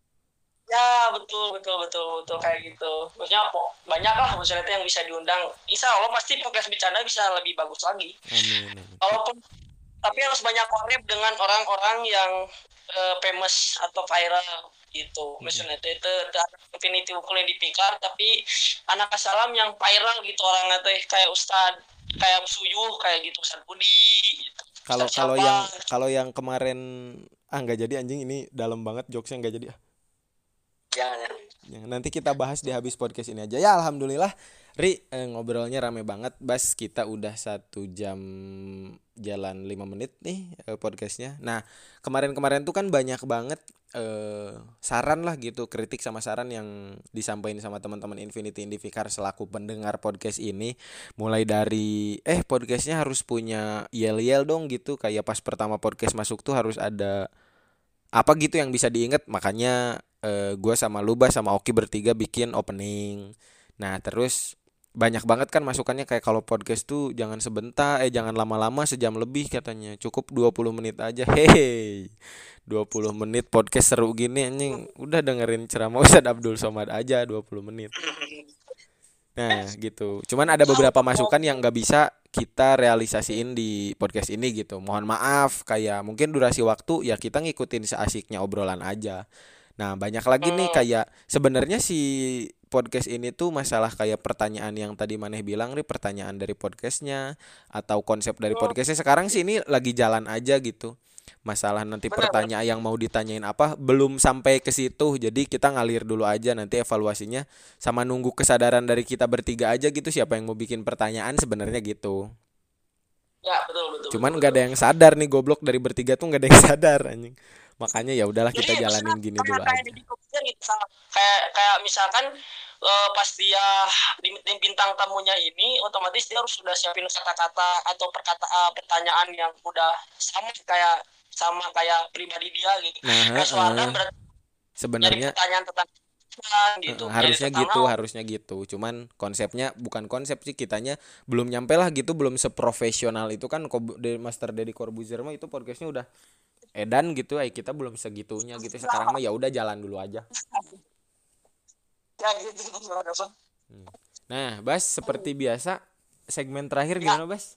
S2: Ya betul betul betul betul kayak gitu. Maksudnya banyak lah maksudnya yang bisa diundang. Insya Allah pasti podcast bercanda bisa lebih bagus lagi.
S1: Amin, amin.
S2: Walaupun tapi harus banyak collab dengan orang-orang yang uh, famous atau viral gitu. Misalnya itu itu Infinity Ukul di Pikar tapi anak Asalam yang viral gitu orangnya teh kayak Ustad kayak Suyu kayak gitu Ustad Budi gitu.
S1: Kalau kalau yang kalau yang kemarin ah nggak jadi anjing, ini dalam banget jokesnya, nggak jadi ah.
S3: Jangan.
S1: Yang nanti kita bahas di habis podcast ini aja ya. Alhamdulillah Ri, eh, ngobrolnya rame banget Bas, kita udah satu jam jalan lima menit nih eh, podcastnya. Nah kemarin-kemarin tuh kan banyak banget eh, saran lah gitu, kritik sama saran yang disampaikan sama teman-teman Infinity Indivikar selaku pendengar podcast ini. Mulai dari eh podcastnya harus punya yel-yel dong gitu, kayak pas pertama podcast masuk tuh harus ada apa gitu yang bisa diinget. Makanya eh, gue sama Luba sama Oki bertiga bikin opening. Nah terus banyak banget kan masukannya kayak kalau podcast tuh jangan sebentar, eh jangan lama-lama, sejam lebih katanya, cukup dua puluh menit aja. Hehe, dua puluh menit podcast seru gini anjing, udah dengerin ceramah Ustadz Abdul Somad aja dua puluh menit. Nah gitu, cuman ada beberapa masukan yang gak bisa kita realisasiin di podcast ini gitu. Mohon maaf, kayak mungkin durasi waktu ya kita ngikutin seasiknya obrolan aja. Nah banyak lagi nih kayak sebenarnya si podcast ini tuh masalah kayak pertanyaan yang tadi Maneh bilang nih, pertanyaan dari podcastnya atau konsep dari podcastnya sekarang sih ini lagi jalan aja gitu. Masalah nanti pertanyaan yang mau ditanyain apa belum sampai ke situ, jadi kita ngalir dulu aja, nanti evaluasinya sama nunggu kesadaran dari kita bertiga aja gitu, siapa yang mau bikin pertanyaan sebenarnya gitu.
S2: Ya betul betul.
S1: Cuman nggak ada yang sadar nih, goblok dari bertiga tuh nggak ada yang sadar anjing. Makanya ya udahlah kita jadi, jalanin gini dulu
S2: kayak
S1: aja.
S2: Gitu, kayak kayak misalkan uh, pas dia di, di bintang tamunya ini otomatis dia harus sudah siapin kata-kata atau perkataan pertanyaan yang udah sama kayak sama kayak pribadi dia gitu.
S1: Nah,
S2: kayak soalnya
S1: uh,
S2: berarti
S1: sebenarnya
S2: pertanyaan tentang gitu.
S1: Uh, harusnya gitu, harusnya gitu. Cuman konsepnya bukan konsep sih, kitanya belum nyampe lah gitu, belum seprofesional itu kan. Master Deddy Corbuzier mah itu podcastnya udah edan gitu, ay kita belum segitunya gitu. Sekarang mah ya udah jalan dulu aja.
S2: Ya gitu.
S1: Nah, Bas, seperti biasa segmen terakhir gimana, Bas?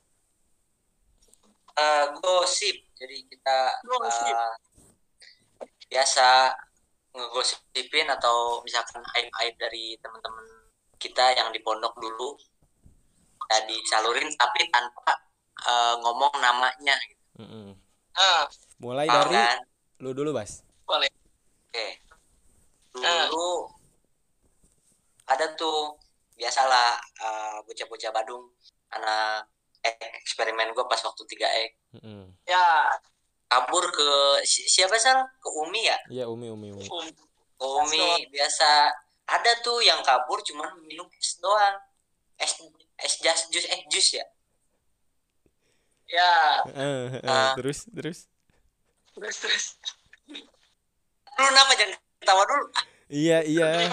S3: Uh, gosip. Jadi kita uh, biasa ngegosipin atau misalkan aib-aib dari teman-teman kita yang di pondok dulu ya disalurin tapi tanpa uh, ngomong namanya gitu.
S1: Mm-hmm.
S2: Ah.
S1: Mulai oh, dari kan? Lu dulu, Bas.
S2: Boleh.
S3: Oke. Dulu ah. ada tuh biasalah uh, bocah-bocah Badung, anak eksperimen gue pas waktu tiga E. Mm-hmm. Ya. Kabur ke siapa sih? Ke Umi ya?
S1: Iya, Umi, Umi, Umi.
S3: Umi biasa ada tuh yang kabur cuman minum es doang, es es jas jus eh jus ya.
S2: Ya.
S1: Uh, uh,
S3: Uh,
S1: terus terus.
S2: Terus terus.
S3: Lu kenapa jangan ketawa dulu?
S1: Iya iya.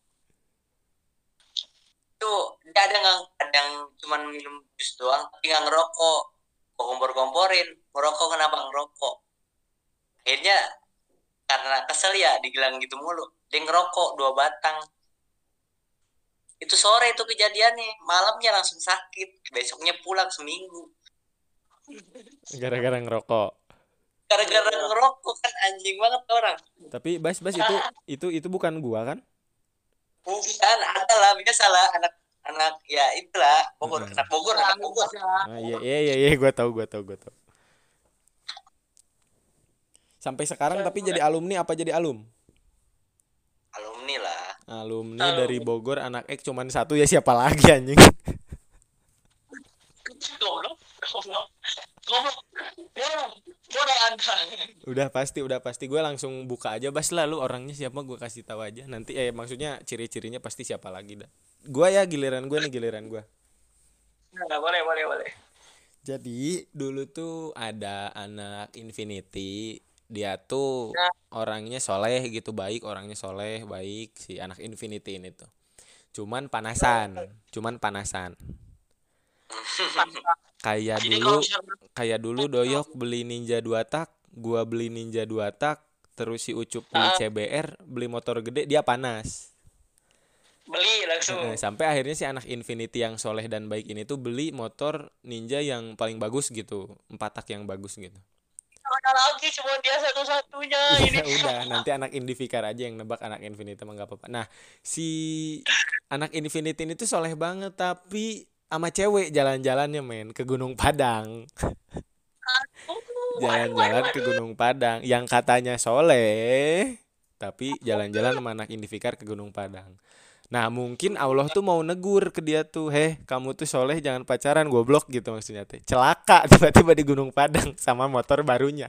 S3: Tuh dia ada nggak ada yang cuman minum jus doang tapi nggak ngerokok, kok kompor-komporin ngerokok, kenapa ngerokok? Akhirnya karena kesel ya dibilang gitu mulu, dia ngerokok dua batang. Itu sore itu kejadiannya, malamnya langsung sakit, besoknya pulang seminggu
S1: Gara-gara ngerokok.
S3: gara-gara ngerokok. Kan anjing banget orang.
S1: Tapi Bas Bas itu itu itu bukan gua kan?
S3: Bukan, ada lah biasa lah anak anak ya itulah Bogor, anak Bogor, anak Bogor.
S1: Ah, iya iya iya iya gua tahu gua tahu gua tahu. Sampai sekarang tapi jadi alumni apa jadi alum?
S3: Alumni lah.
S1: Alumni alumni dari Bogor, anak Ek cuman satu, ya siapa lagi anjing?
S2: Goblok, goblok, goblok.
S1: Udah pasti, udah pasti gue langsung buka aja Bas lah, lu orangnya siapa gue kasih tahu aja nanti, eh maksudnya ciri-cirinya pasti siapa lagi dah. Gue ya giliran gue nih giliran gue.
S2: Nah, boleh boleh boleh.
S1: Jadi dulu tuh ada anak Infinity, dia tuh nah. orangnya soleh gitu, baik, orangnya soleh baik si anak Infinity ini tuh. Cuman panasan, cuman panasan. Kayak dulu kayak dulu Doyok beli Ninja dua tak, gua beli Ninja dua tak, terus si Ucup beli C B R, beli motor gede, dia panas.
S2: Beli langsung.
S1: Nah, sampai akhirnya si anak Infinity yang soleh dan baik ini tuh beli motor Ninja yang paling bagus gitu, empat tak yang bagus gitu.
S2: Ada lagi cuma dia satu-satunya ini.
S1: Ya udah, nanti anak Indifikar aja yang nebak anak Infinity mah enggak apa-apa. Nah, si anak Infinity ini tuh soleh banget tapi sama cewek jalan-jalannya men ke Gunung Padang. Jalan-jalan ke Gunung Padang yang katanya soleh, tapi jalan-jalan sama anak Indifikar ke Gunung Padang. Nah mungkin Allah tuh mau negur ke dia tuh, heh kamu tuh soleh jangan pacaran, goblok gitu maksudnya teh. Celaka tiba-tiba di Gunung Padang sama motor barunya.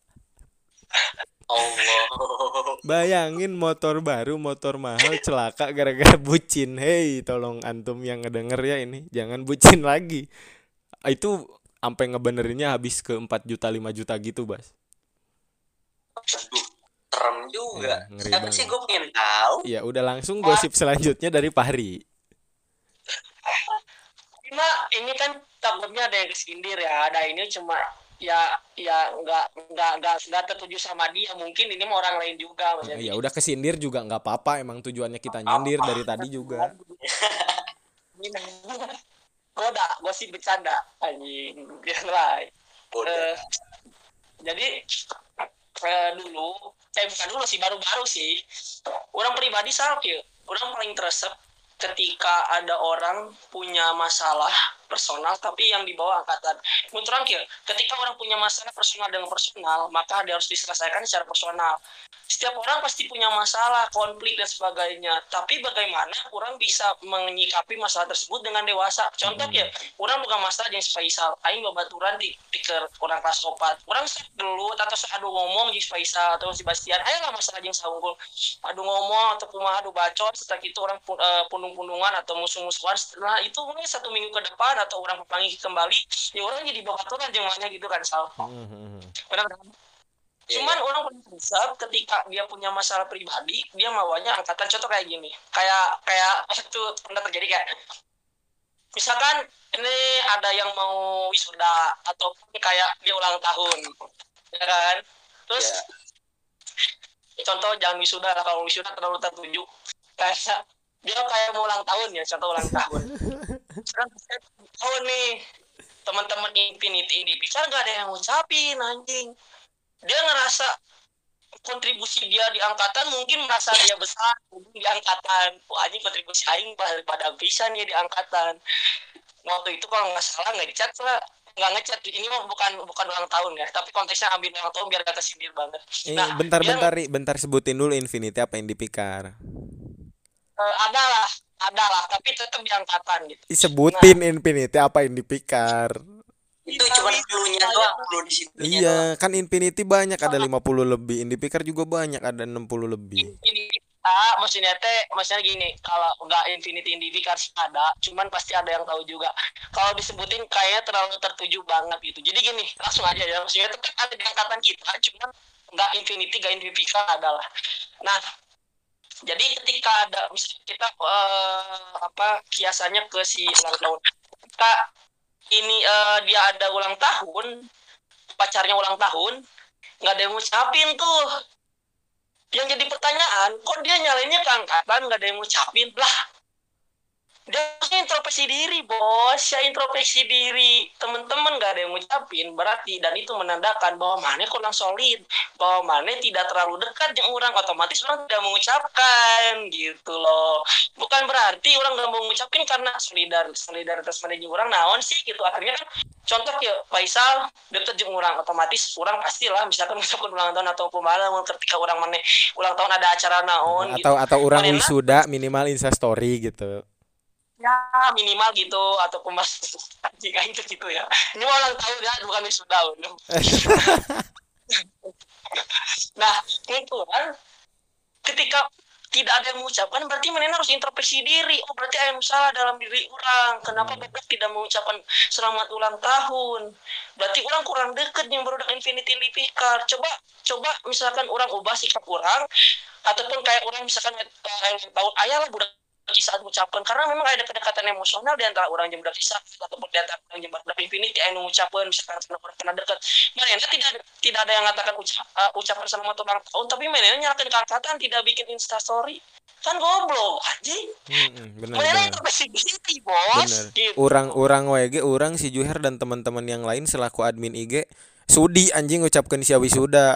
S3: Allah.
S1: Bayangin motor baru, motor mahal, celaka gara-gara bucin. Hei, tolong antum yang ngedenger ya ini, jangan bucin lagi. Itu sampai ngebenerinnya habis ke empat juta lima juta gitu, Bas.
S3: Aduh, serem juga.
S1: Ya, ngeri
S3: Tapi
S1: banget.
S3: sih gue pengen tahu.
S1: Ya udah langsung gosip selanjutnya dari Fahri.
S2: Cuma ini kan takutnya ada yang kesindir ya, ada ini cuma ya ya nggak nggak nggak nggak tertuju sama dia, mungkin ini mau orang lain juga
S1: maksudnya. Ya udah kesindir juga nggak apa-apa, emang tujuannya kita nyindir dari tadi juga.
S2: Gue udah gue sih bercanda anjing yang lain. Uh, jadi uh, dulu eh bukan dulu sih, baru-baru sih orang pribadi sakit, orang paling teresep ketika ada orang punya masalah personal tapi yang dibawa angkatan. Menurut orang ketika orang punya masalah personal dengan personal, maka dia harus diselesaikan secara personal. Setiap orang pasti punya masalah, konflik dan sebagainya. Tapi bagaimana orang bisa menyikapi masalah tersebut dengan dewasa? Contoh ya, orang bukan masalah yang Faisal, aing babaturan di pikir orang kelas opat. Orang dulu atau adu ngomong di Faisal atau si Bastian, ayo lah masalah yang saunggul. Adu ngomong atau kumaha adu bacot, setelah itu orang uh, pundung-pundungan atau musuh-musuhan. Setelah itu mungkin satu minggu ke depan atau orang pepanggil kembali, ya orang jadi babaturan jemanya gitu kan, Sal. Benar-benar. Cuman yeah. Orang paling besar ketika dia punya masalah pribadi, dia maunya angkatan. Contoh kayak gini, kayak kayak itu pernah terjadi kayak misalkan ini ada yang mau wisuda atau kayak dia ulang tahun, ya kan? Terus yeah. Contoh jangan wisuda, kalau wisuda terlalu tertuju kayak dia kayak mau ulang tahun ya, contoh ulang tahun. Sekarang tahun nih teman-teman Infinity ini bisa nggak ada yang ngucapin anjing. Dia ngerasa kontribusi dia di angkatan mungkin merasa dia besar di angkatan. Wah anjing kontribusi aing pada bisa nih di angkatan. Waktu itu kalau nggak salah nggak dicat lah, nggak ngechat. Ini mah bukan bukan ulang tahun ya, tapi konteksnya ambil ulang tahun biar gak kesindir banget.
S1: Eh, nah, bentar dia, bentar bentar sebutin dulu Infinity apa yang dipikar.
S2: Uh, ada lah, ada lah, tapi tetap di angkatan gitu.
S1: Sebutin nah, Infinity apa yang dipikar.
S3: Itu cuma clue-nya doang, clue di situ.
S1: Iya, doang. Kan Infinity banyak, ada lima puluh lebih, Indipikar juga banyak, ada enam puluh lebih.
S2: Ah, maksudnya teh, maksudnya gini, kalau nggak Infinity Indivika ada, cuman pasti ada yang tahu juga. Kalau disebutin kayaknya terlalu tertuju banget gitu. Jadi gini, langsung aja ya, maksudnya itu kan ada di angkatan kita, cuman nggak Infinity, nggak Indivika adalah. Nah, jadi ketika ada misalnya kita uh, apa kiasannya ke si ulang tahun, ketika ini uh, dia ada ulang tahun, pacarnya ulang tahun, nggak ada yang ngucapin tuh. Yang jadi pertanyaan, kok dia nyalainnya ke angkatan, nggak ada yang ngucapin lah. Dia harusnya introspeksi diri, bos. Ya introspeksi diri. Teman-teman nggak ada yang ngucapin, berarti dan itu menandakan bahwa mana kurang solid, bahwa mana tidak terlalu dekat dengan orang, otomatis orang tidak mengucapkan, gitu loh. Bukan berarti orang nggak mau mengucapin karena solidar solidaritas mana jeung orang naon sih gitu. Akhirnya kan contoh ya Faisal deket jeung orang, otomatis orang pastilah misalkan misalkan ulang tahun atau kumaha ketika orang mana ulang tahun ada acara naon
S1: atau
S2: gitu.
S1: atau orang
S2: Manehna,
S1: wisuda minimal Insta story gitu.
S2: ya minimal gitu atau kemas jika itu gitu ya. Ini mau ulang tahun ya, bukan wisuda. Nah itu kan ketika tidak ada yang mengucapkan berarti mana harus introspeksi diri. Oh berarti ada yang salah dalam diri orang. Kenapa hmm. Bapak tidak mengucapkan selamat ulang tahun? Berarti orang kurang dekat yang baru dengan Infinity Indivika. Coba coba misalkan orang ubah sikap orang, ataupun kayak orang misalkan uh, tahun ayah lah budak kisah mengucapkan, karena memang ada kedekatan emosional di antara orang yang budak kisah ataupun di antara orang yang budak Infinity yang mengucapkan misalkan orang pernah dekat. Mana tidak tidak ada yang mengatakan ucap, uh, ucapan selamat ulang tahun, tapi mana nyalakan keangkatan tidak bikin Insta story. Kan goblok anjing. Heeh,
S1: benar. Mana
S2: introspeksi diri, bos.
S1: Gitu. Orang-orang W G, orang si Juher dan teman-teman yang lain selaku admin I G sudi anjing ucapkan si wisuda.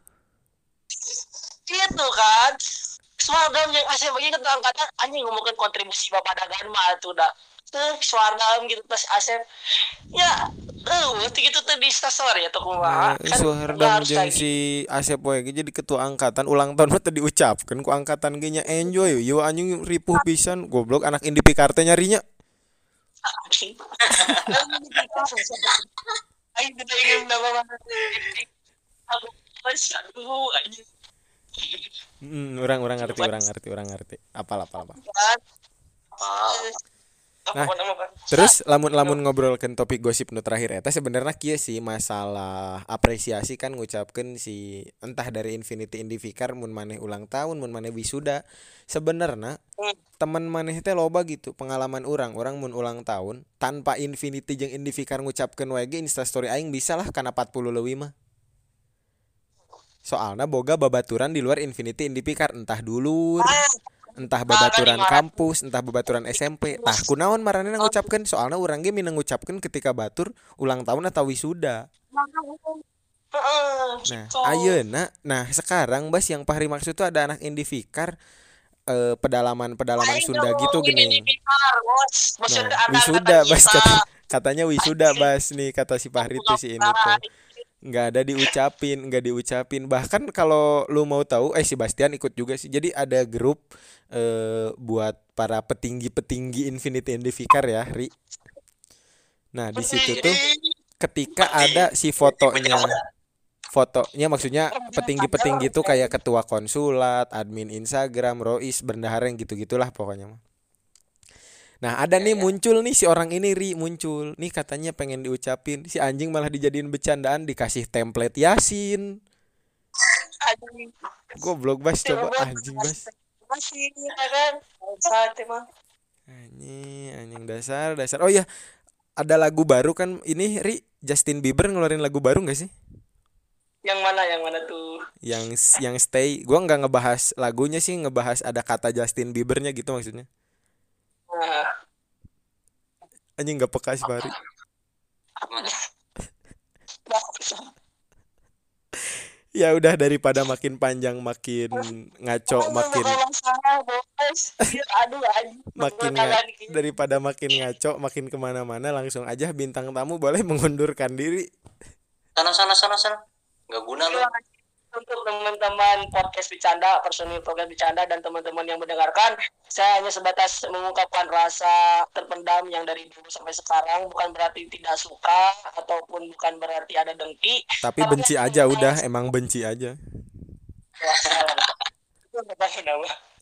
S2: Gitu kan. Suargam yang asli bagi ketua angkatan anjing ngomongin kontribusi bapak dagang mah tuh dah tuh suargam gitu pas asep ya eh waktu gitu tuh di story atau kumaha
S1: kan suargam jeung si Asep we jadi ketua angkatan ulang tahun mah teu diucapkeun ku angkatan ge nya enjoy yo anjing ripuh pisan goblok anak Indivika teh nyarinya
S2: aing teu ingin nama aku aduh anjing.
S1: Hmm, orang orang ngerti, orang ngerti, orang ngerti. Apal apal apa. Nah, terus lamun-lamun ngobrolkeun topik gosip nu terakhir eta sebenarnya kieu sih masalah apresiasi kan ngucapkeun si entah dari Infinity Indivika mun maneh ulang tahun, mun maneh wisuda. Sebenarnya teman maneh teh loba gitu pengalaman orang, orang mun ulang tahun tanpa Infinity jeung Indivika ngucapkeun we ge Insta story aing bisa lah kana empat puluh leuwih mah. Soalnya boga babaturan di luar Infinity Indivika entah dulur, entah babaturan kampus, entah babaturan S M P. Tah kunaon maranehna ngucapkeun soalnya urang ge mina ngucapkeun ketika batur ulang tahun atau wisuda. Nah, ayeuna nah sekarang Bas yang Fahri maksud tuh ada anak Indivika eh, pedalaman-pedalaman Sunda gitu gini. Nah, wisuda Bas kata, katanya wisuda Bas nih kata si Fahri tuh si ini tuh. Nggak ada diucapin, nggak diucapin. Bahkan kalau lu mau tahu, eh si Bastian ikut juga sih. Jadi ada grup eh, buat para petinggi-petinggi Infinity Indivika ya, Ri. Nah di situ tuh ketika ada si fotonya, fotonya maksudnya petinggi-petinggi tuh kayak ketua konsulat, admin Instagram, Rois, bendahara yang gitu-gitulah pokoknya. Nah ada nih muncul nih si orang ini Ri muncul nih katanya pengen diucapin si anjing malah dijadiin bercandaan dikasih template Yasin. Goblok Bas coba anjing Bas. Anjing anjing dasar dasar. Oh ya ada lagu baru kan ini Ri Justin Bieber ngeluarin lagu baru nggak sih?
S2: Yang mana yang mana tuh?
S1: Yang yang Stay. Gua nggak ngebahas lagunya sih ngebahas ada kata Justin Biebernya gitu maksudnya. Nah. Anjing gak peka sih Fahri. Ya udah daripada makin panjang makin ngaco makin makin nga- daripada makin ngaco makin kemana-mana langsung aja bintang tamu boleh mengundurkan diri.
S3: Sana sana sana sana. Gak guna lu.
S2: Untuk teman-teman podcast bercanda, personil podcast bercanda dan teman-teman yang mendengarkan, saya hanya sebatas mengungkapkan rasa terpendam yang dari dulu sampai sekarang, bukan berarti tidak suka ataupun bukan berarti ada dengki.
S1: Tapi benci aja udah, emang benci aja.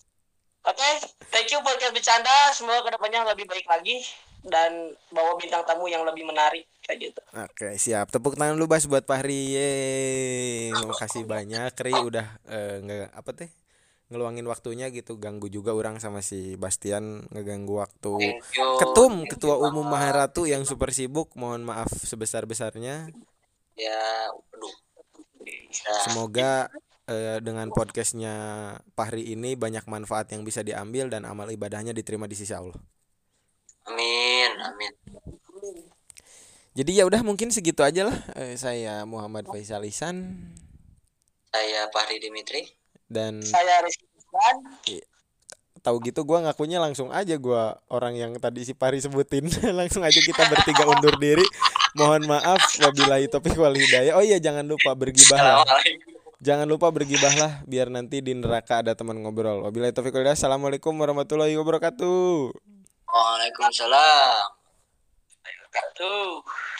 S2: Oke, thank you podcast bercanda. Semoga kedepannya lebih baik lagi dan bawa bintang tamu yang lebih menarik kayak gitu.
S1: Oke, siap. Tepuk tangan lu Bas buat Fahri. Yeay. Makasih banyak Ri udah eh, nge apa teh? Ngeluangin waktunya gitu, ganggu juga orang sama si Bastian ngeganggu waktu
S3: Thank you.
S1: Ketum
S3: Thank
S1: Ketua
S3: you
S1: Umum
S3: banget.
S1: Maharatu yang super sibuk. Mohon maaf sebesar-besarnya.
S3: Ya, aduh. Ya,
S1: Semoga eh, dengan podcastnya Fahri ini banyak manfaat yang bisa diambil dan amal ibadahnya diterima di sisi Allah.
S3: amin, amin.
S1: Jadi ya udah mungkin segitu aja lah. Eh, saya Muhammad Faisal Ihsan
S3: Saya Fahri Dimitri.
S1: dan
S2: Saya Rizky Rizwan.
S1: i- tahu gitu gua ngakunya langsung aja gua orang yang tadi si Fahri sebutin. Langsung aja kita bertiga undur diri. Mohon maaf wabillahi taufiq wal hidayah. Oh iya jangan lupa bergibah lah.
S3: Assalamualaikum.
S1: Jangan lupa bergibah lah biar nanti di neraka ada teman ngobrol. Wabillahi taufiq wal hidayah. Assalamualaikum warahmatullahi wabarakatuh.
S3: Waalaikumsalam.
S2: Tuh.